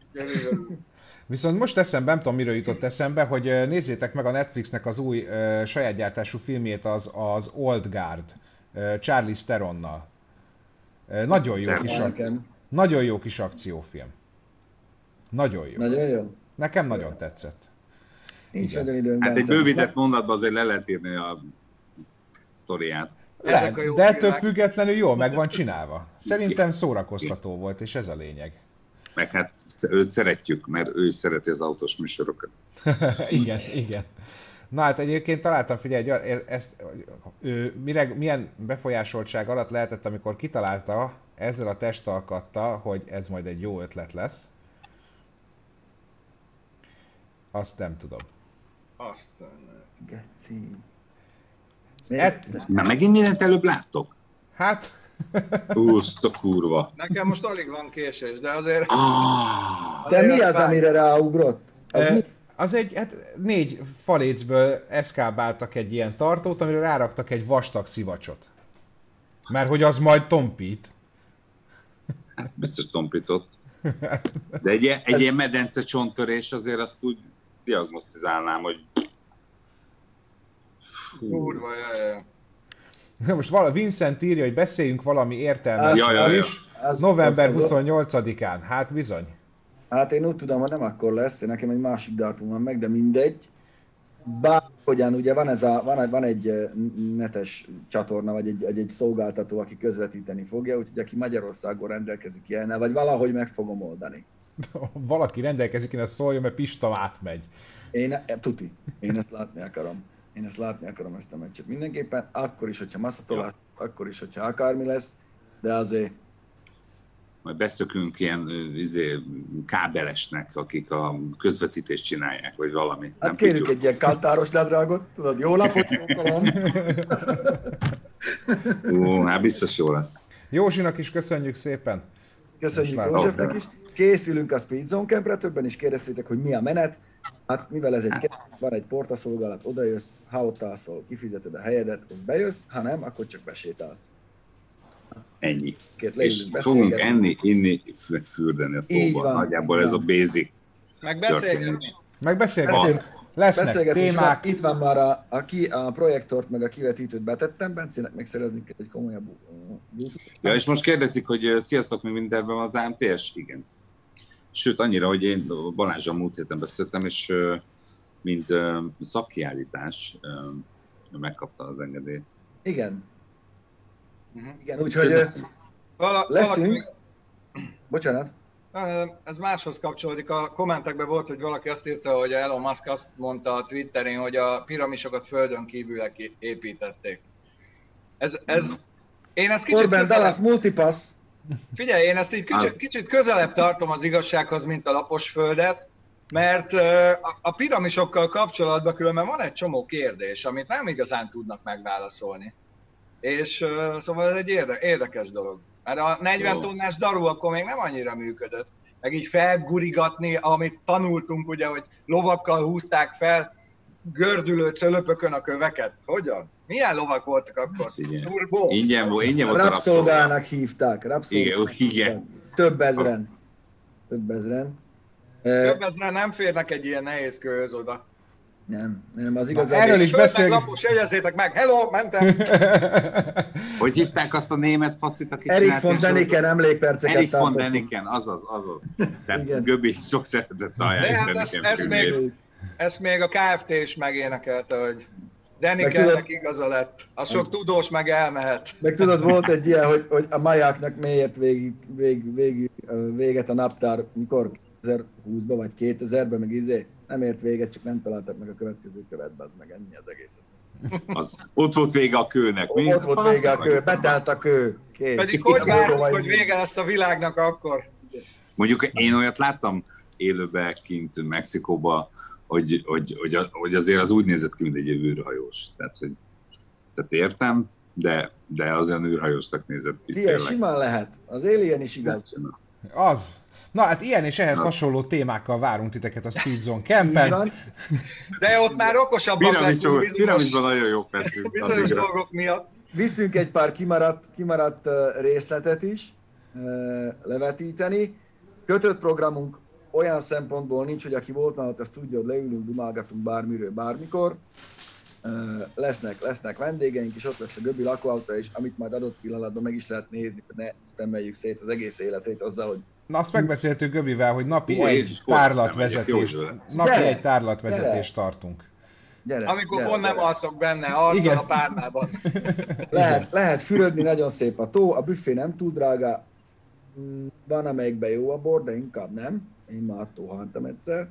Viszont most eszembe, nem tudom miről jutott eszembe, hogy nézzétek meg a Netflixnek az új uh, saját gyártású filmjét, az, az Old Guard, uh, Charlize Theronnal. Uh, nagyon jó kis, nagyon jó kis akciófilm. Nagyon jó. Nagyon jó? Nekem nagyon tetszett. Nincs nagyon időnk. Hát egy bővített mondatban azért le lehet írni a sztoriát. Le, de ettől függetlenül jól meg van csinálva. Szerintem szórakoztató volt, és ez a lényeg. Meg hát őt szeretjük, mert ő is szereti az autós műsorokat. Igen, igen. Na hát egyébként találtam, figyelj, ezt, ő mire, milyen befolyásoltság alatt lehetett, amikor kitalálta ezzel a testalkattal, hogy ez majd egy jó ötlet lesz. Azt nem tudom. Azt Geci. Et... Na megint mindent előbb láttok? Hát... Húzt a kurva. Nekem most alig van késés, de azért... Ah, de mi az, amire ráugrott? Az, e, mi? az egy, hát négy falécből eszkábáltak egy ilyen tartót, amire ráraktak egy vastag szivacsot. Mert hogy az majd tompít. Hát biztos tompított. De egy, egy ilyen medence csonttörés azért azt úgy diagnosztizálnám, hogy... Durva, jaj, Most vala, Vincent írja, hogy beszéljünk valami értelmes ja, ja, ja. is. november huszonnyolcadikán. Hát bizony. Hát én úgy tudom, hogy nem akkor lesz, nekem egy másik dátum van meg, de mindegy. Bárhogyan, ugye van, ez a, van, van egy netes csatorna, vagy egy, egy, egy szolgáltató, aki közvetíteni fogja, úgyhogy aki Magyarországon rendelkezik ilyennel, vagy valahogy meg fogom oldani. Valaki rendelkezik, én ezt szóljon, mert Pista átmegy. Én, tuti, én ezt látni akarom. Én ezt látni akarom, ezt a meccset mindenképpen, akkor is, hogyha masszatolás, ja. akkor is, hogyha akármi lesz, de azért... Majd beszökünk ilyen izé, kábelesnek, akik a közvetítést csinálják, vagy valami. Hát nem kérjük tudjuk. egy ilyen kantáros ledrágot, tudod, jó napot, jókalom. Ó, hát biztos jó lesz. Józsinak is köszönjük szépen. Köszönjük Józsefnek is. Készülünk a Speed Zone Campre, többen is kérdeztétek, hogy mi a menet. Hát mivel ez egy van egy portaszolgálat, odajössz, ha ott alszol, kifizeted a helyedet, és bejössz, ha nem, akkor csak besétálsz. Ennyi. Két és fogunk enni, inni, fürdeni a tóban. Nagyjából ez a basic. Meg beszélgetni. Meg beszélgetni. Lesznek témák. Itt van már a, a, ki, a projektort, meg a kivetítőt betettem, Bencének meg szerezni kell egy komolyabb búcsút. Ja, és most kérdezik, hogy sziasztok, mi mindenben van az á em té es? Igen. Sőt, annyira, hogy én Balázsral múlt héten beszéltem, és mint szakkiállítás megkapta az engedélyt. Igen. Uh-huh. Igen, úgyhogy Vala, leszünk. Valaki... Bocsánat. Ez máshoz kapcsolódik. A kommentekben volt, hogy valaki azt írta, hogy Elon Musk azt mondta a Twitterén, hogy a piramisokat földön kívül építették. Ez, ez... Én ezt kicsit Orban Dallas Multipass. Figyelj, én ezt így kicsit, kicsit közelebb tartom az igazsághoz, mint a lapos földet, mert a piramisokkal kapcsolatban különben van egy csomó kérdés, amit nem igazán tudnak megválaszolni. És szóval ez egy érde, érdekes dolog. Mert a negyven tonnás daru akkor még nem annyira működött. Meg így felgurigatni, amit tanultunk, ugye, hogy lovakkal húzták fel gördülő cölöpökön a köveket. Hogyan? Milyen lovak voltak akkor? Turbo? Ingyen volt, ingyen volt a rabszolgának hívták. Rabszolgának igen, igen. Több ezren. Több ezren. Több ezren nem férnek egy ilyen nehéz kőhöz oda. Nem, nem, az igazán... Erről is beszélünk. Lapos, jegyezzétek meg, hello, mentem! Hogy hívták azt a német faszit, aki Erik von Däniken emlékperceket Erik von Däniken, azaz, azaz. Tehát Göbi sok szeretett ajánlani. Hát ezt, ezt, még, ezt még a ká ef té is megénekelte, hogy Dänikennek igaza lett. A sok tudós meg elmehet. Meg tudod, volt egy ilyen, hogy, hogy a majáknak miért végig, végig, végig, véget a naptár, mikor kétezer-húszban vagy kétezerben, meg izé, nem ért véget, csak nem találtak meg a következő követbe, az meg ennyi az egészet. Az, ott volt vége a kőnek, mi? Ott volt vége a kő, betelt a kő, kész. Pedig hogy vártuk, hogy vége lesz a világnak akkor? Mondjuk én olyat láttam élőben kint Mexikóban, hogy, hogy, hogy, hogy azért az úgy nézett ki, mint egy űrhajós. Tehát, hogy, tehát értem, de, de az olyan űrhajósnak nézett ki. Ilyen simán lehet, az Alien is igaz. Az. Na hát ilyen és ehhez hasonló témákkal várunk titeket a Speed Zone Campen. De ott már okosabbak leszünk bizonyos, Piramisban nagyon jók leszünk. Bizonyos dolgok miatt. Viszünk egy pár kimaradt, kimaradt részletet is levetíteni. Kötött programunk olyan szempontból nincs, hogy aki volt már ott, azt tudja, hogy leülünk, dumálgatunk bármiről, bármikor. Lesznek, lesznek vendégeink, és ott lesz a Göbi lakóautója is, amit majd adott pillanatban meg is lehet nézni, hogy ne sztemmeljük szét az egész életét azzal, hogy... Na azt megbeszéltük Göbivel, hogy napi Ó, egy tárlatvezetést, napi gyere, egy tárlatvezetést gyere. tartunk. Gyere, Amikor gyere, pont gyere. nem alszok benne, arccal a párnában. lehet, lehet fürödni, nagyon szép a tó, a büffé nem túl drága, van amelyikben jó a bor, de inkább nem. Én már attól haltam egyszer.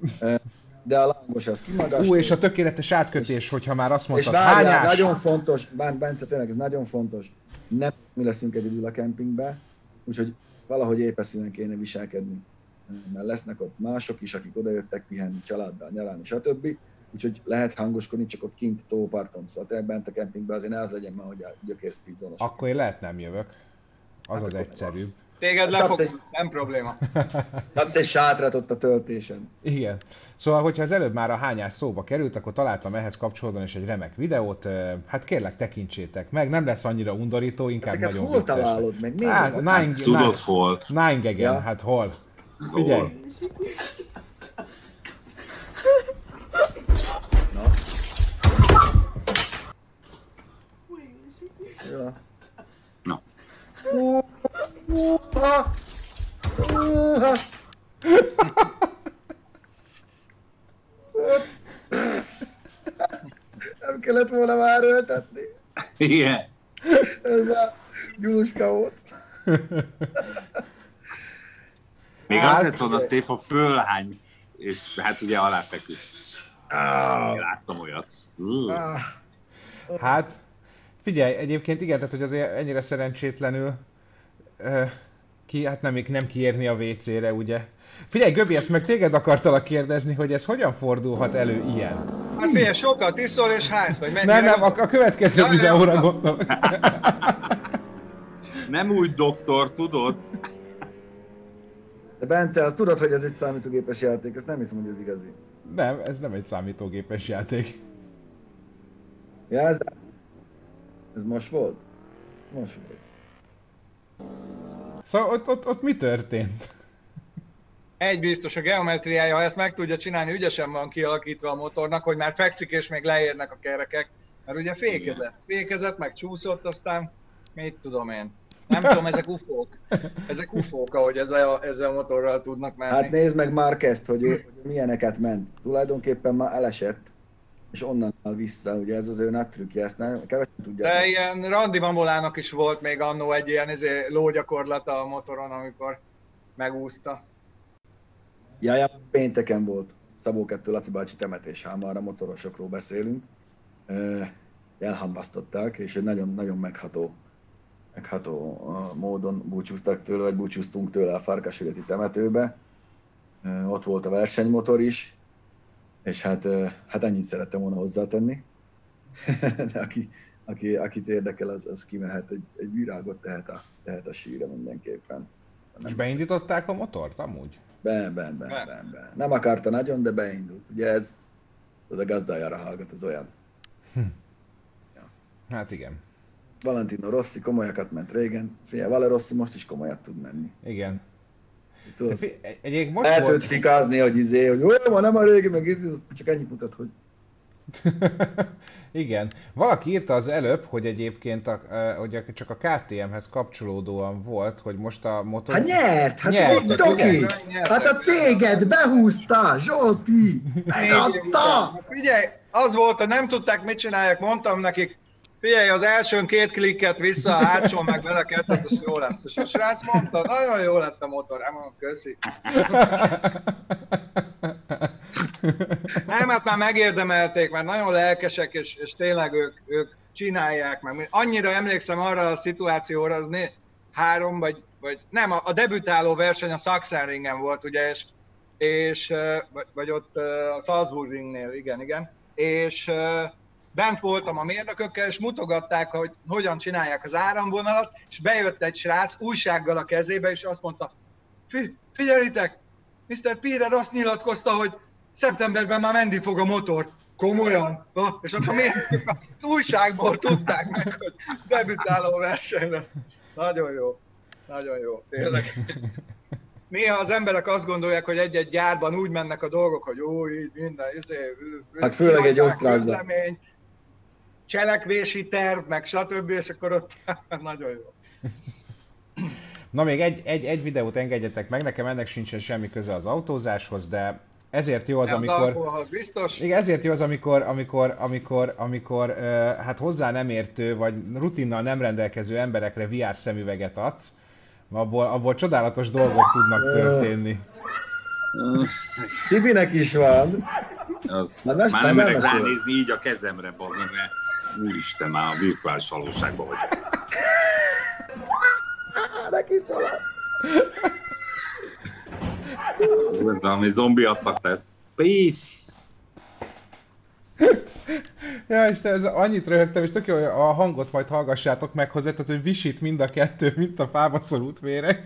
De a lángos az kimagasztó. Ú, és a tökéletes átkötés, és, hogyha már azt mondtad, és várjál, hányás? nagyon fontos, Bence, tényleg ez nagyon fontos, nem mi leszünk egyedül a kempingbe, úgyhogy valahogy épeszűen kéne viselkedni. Mert lesznek ott mások is, akik odajöttek pihenni, családdal, nyaralni, stb. Úgyhogy lehet hangoskodni, csak ott kint tóparton, szóval te bent a kempingben azért ne az legyen már, hogy a gyökérszpízonos. Akkor én lehet nem jövök. Az hát az egyszerűbb. Téged lefog, egy... nem probléma. Kapsz egy sátrat ott a töltésen. Igen. Szóval, hogyha az előbb már a hányás szóba került, akkor találtam ehhez kapcsolódóan is egy remek videót. Hát kérlek, tekintsétek meg. Nem lesz annyira undorító, inkább ezeket nagyon hol vicces. találod meg? Miért? Hát, nine, hát, tudod nine, hol. Nine gegen, ja. Hát hol? Figyelj. Na. Ja. Na. Uh-ha. Uh-ha. Nem kellett volna már öltetni. Igen. Ez a Gyuluska volt. Még hát, az lett volna szép, ha fölhány, és hát ugye alá feküdt. Ah. Láttam olyat. Uh. Hát, figyelj, egyébként igen, tehát hogy azért ennyire szerencsétlenül uh, ki, hát nem, nem kiérni a vécére, ugye? Figyelj, Göbi, ezt meg téged akartalak kérdezni, hogy ez hogyan fordulhat elő ilyen? Hát figyelj, sokat iszol és hánysz, vagy mennyire? Nem, nem, a, a következő ja, videóra gondolok. Nem úgy doktor, tudod? De Bence, azt tudod, hogy ez egy számítógépes játék, ezt nem hiszem, hogy ez igazi. Nem, ez nem egy számítógépes játék. Ja, ez... Ez most volt? Most volt. Szóval ott, ott, ott mi történt? Egy biztos, a geometriája, ha ezt meg tudja csinálni, ügyesen van kialakítva a motornak, hogy már fekszik és még leérnek a kerekek. Mert ugye fékezett, fékezett, meg csúszott, aztán mit tudom én. Nem tudom, ezek ufók. Ezek ufók, ahogy ezzel a, ezzel a motorral tudnak menni. Hát nézd meg Márquezt, hogy ő, hogy milyeneket ment. Tulajdonképpen már elesett, és onnan vissza, ugye ez az ő nagy trükkje, ezt nem kevesen tudja. De ilyen Randy Mamolának is volt még annó egy ilyen izé, lógyakorlata a motoron, amikor megúszta. Jaj, pénteken volt Szabó kettő Laci bácsi temetés, ha már a motorosokról beszélünk. Elhambasztották, és egy nagyon-nagyon megható, megható módon búcsúztak tőle, vagy búcsúztunk tőle a Farkasületi temetőbe. Ott volt a versenymotor is, és hát, hát ennyit szerettem volna hozzátenni. De aki, aki, akit érdekel, az, az kimehet, egy, egy virágot tehet a, tehet a sírra mindenképpen. És beindították a motort amúgy? Ben, ben, ben, ben, ben. Nem akarta nagyon, de beindult. Ugye ez, az a gazdájára hallgat, az olyan. Hm. Ja. Hát igen. Valentino Rossi komolyakat ment régen, figyelj, Vale Rossi most is komolyat tud menni. Igen. Tudod, fi- egyébként most lehet volt... őt fikázni, hogy izé, hogy jó, nem a régi, meg izé, csak ennyit mutat, hogy... Igen. Valaki írta az előbb, hogy egyébként a, hogy csak a ká té emhez kapcsolódóan volt, hogy most a motor... Hát nyert! Hát Nyert, mit doki? Hát a céged behúzta, Zsolti! Megadta! Figyelj, az volt, hogy nem tudták, mit csinálják, mondtam nekik, figyelj, az elsőn két klikket vissza, a hátsón meg vele kettet, az jó lesz. És a srác mondta, nagyon jó lett a motor, hát mondom, köszi. Nem, hát már megérdemelték, mert nagyon lelkesek, és, és tényleg ők, ők csinálják meg. Annyira emlékszem arra a szituációra, az né, három, vagy, vagy nem, a, a debütáló verseny a Sachsenringen volt, ugye, és, és vagy, vagy ott a Salzburgringnél, igen, igen, és bent voltam a mérnökökkel, és mutogatták, hogy hogyan csinálják az áramvonalat, és bejött egy srác újsággal a kezébe, és azt mondta, Fi, figyelitek, miszter Pirer azt nyilatkozta, hogy szeptemberben már menni fog a motor. Komolyan? Ha? És akkor mérnökök az újságból tudták meg, hogy debütáló verseny lesz. Nagyon jó. Nagyon jó. Tényleg. Néha az emberek azt gondolják, hogy egy-egy gyárban úgy mennek a dolgok, hogy jó, így minden, izé, hát főleg egy osztrákban. Cselekvési terv, meg stb. És akkor ott nagyon jó. Na még egy, egy, egy videót engedjetek meg, nekem ennek sincsen semmi köze az autózáshoz, de ezért jó az, az amikor... alkoholhoz biztos. Igen, ezért jó az, amikor, amikor, amikor, amikor uh, hát hozzá nem értő, vagy rutinnal nem rendelkező emberekre vé er szemüveget adsz, abból, abból csodálatos dolgok tudnak történni. Tibinek is van. Az, már nem, már nem merek ránézni így a kezemre, bazd, mert úristen, már a virtuális valóságban vagy. Neki szalad. Ez valami zombi attak lesz. Píf! Ja, Isten, ez annyit röhögtem, és tök jó, hogy a hangot majd hallgassátok meg hozzá, tehát, hogy visít mind a kettő, mint a fába szorult vérek.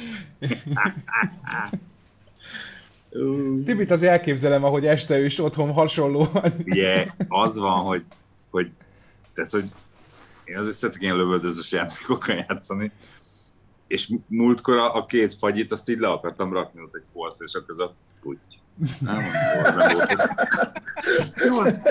Tibit azért elképzelem, ahogy este ő is otthon hasonlóan. Ugye, az van, hogy, hogy, tehát, hogy én azért szeretek ilyen lövöldözős játékokkal játszani, és múltkor a, a két fagyit, azt így le akartam rakni ott egy polszra, és akkor az a puty. Nem, nem volt. Jó az.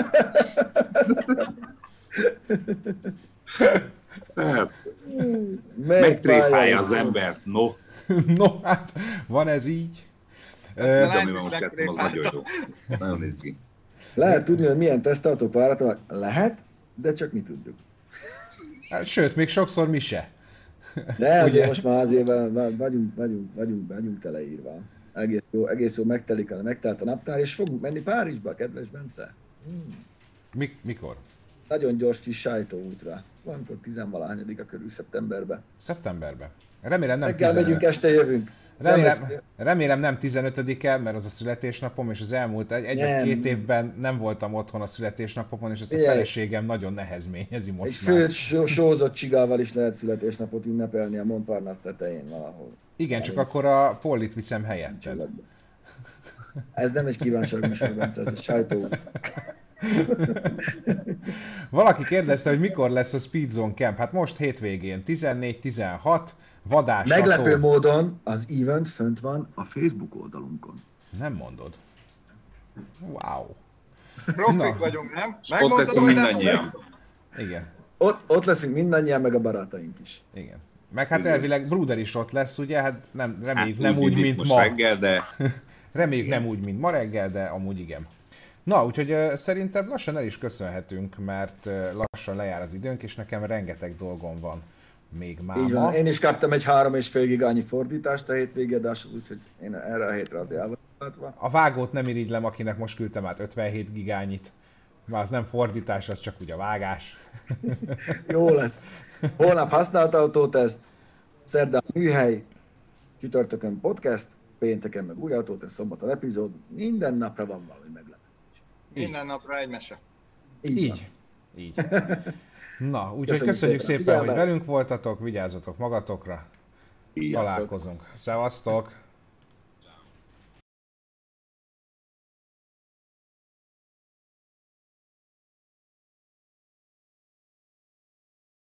Tehát, megtréfálja az embert, no. No, hát, van ez így. Ezt uh, amivel most játszom, az nagyon jó. Ez nagyon izgi. Lehet tudni, hogy milyen tesztautók várhatóak? Lehet, de csak mi tudjuk. Hát, sőt, még sokszor mi se. De azért most már azért vagyunk, vagyunk, vagyunk, vagyunk teleírva. Egész jó, egész jó megtelik, megtelt a naptár, és fogunk menni Párizsba, kedves Bence. Hmm. Mik, mikor? Nagyon gyors kis sajtóútra. Valamikor tizenvalahányadika körül szeptemberben. Szeptemberben. Remélem nem Reggel tizenöt. megyünk, este jövünk. Remélem, remélem nem tizenötödike, mert az a születésnapom, és az elmúlt egy-két évben nem voltam otthon a születésnapomon, és ezt a feleségem nagyon nehezményezi most egy már. Egy főt sózott csigával is lehet születésnapot ünnepelni a Montparnasse tetején valahol. Igen, csak akkor a Pollit viszem helyetted. Ez nem egy kívánságműsor, Bence, ez egy sajtó. Valaki kérdezte, hogy mikor lesz a Speed Zone Camp. Hát most hétvégén, tizennégy tizenhat, vadás. Meglepő módon az event fönt van a Facebook oldalunkon. Nem mondod. Wow. Profik vagyunk, nem? Ott leszünk mindannyian. Igen. Ott, ott leszünk mindannyian, meg a barátaink is. Igen. Meg hát igen. Elvileg Bruder is ott lesz, ugye? Hát nem, reméljük hát nem úgy, úgy mint most ma. reggel, de... reméljük igen. Nem úgy, mint ma reggel, de amúgy igen. Na, úgyhogy uh, szerintem lassan el is köszönhetünk, mert uh, lassan lejár az időnk, és nekem rengeteg dolgom van még máma. Így van. Én is kaptam egy három és fél gigányi fordítást a hétvégi adáshoz, úgyhogy én erre a hétre azért el vagyok. A vágót nem irigylem, akinek most küldtem át ötvenhét gigányit. Már az nem fordítás, az csak úgy a vágás. Jó lesz. Holnap használt autóteszt, szerdán műhely, csütörtökön podcast, pénteken meg új autóteszt, szombaton epizód, minden napra van valami meglepetés. Minden napra egy mese. Így. Így. Így. Na, úgyhogy köszönjük, köszönjük szépen, szépen hogy velünk voltatok, vigyázzatok magatokra. Sziasztok. Találkozunk. Szevasztok!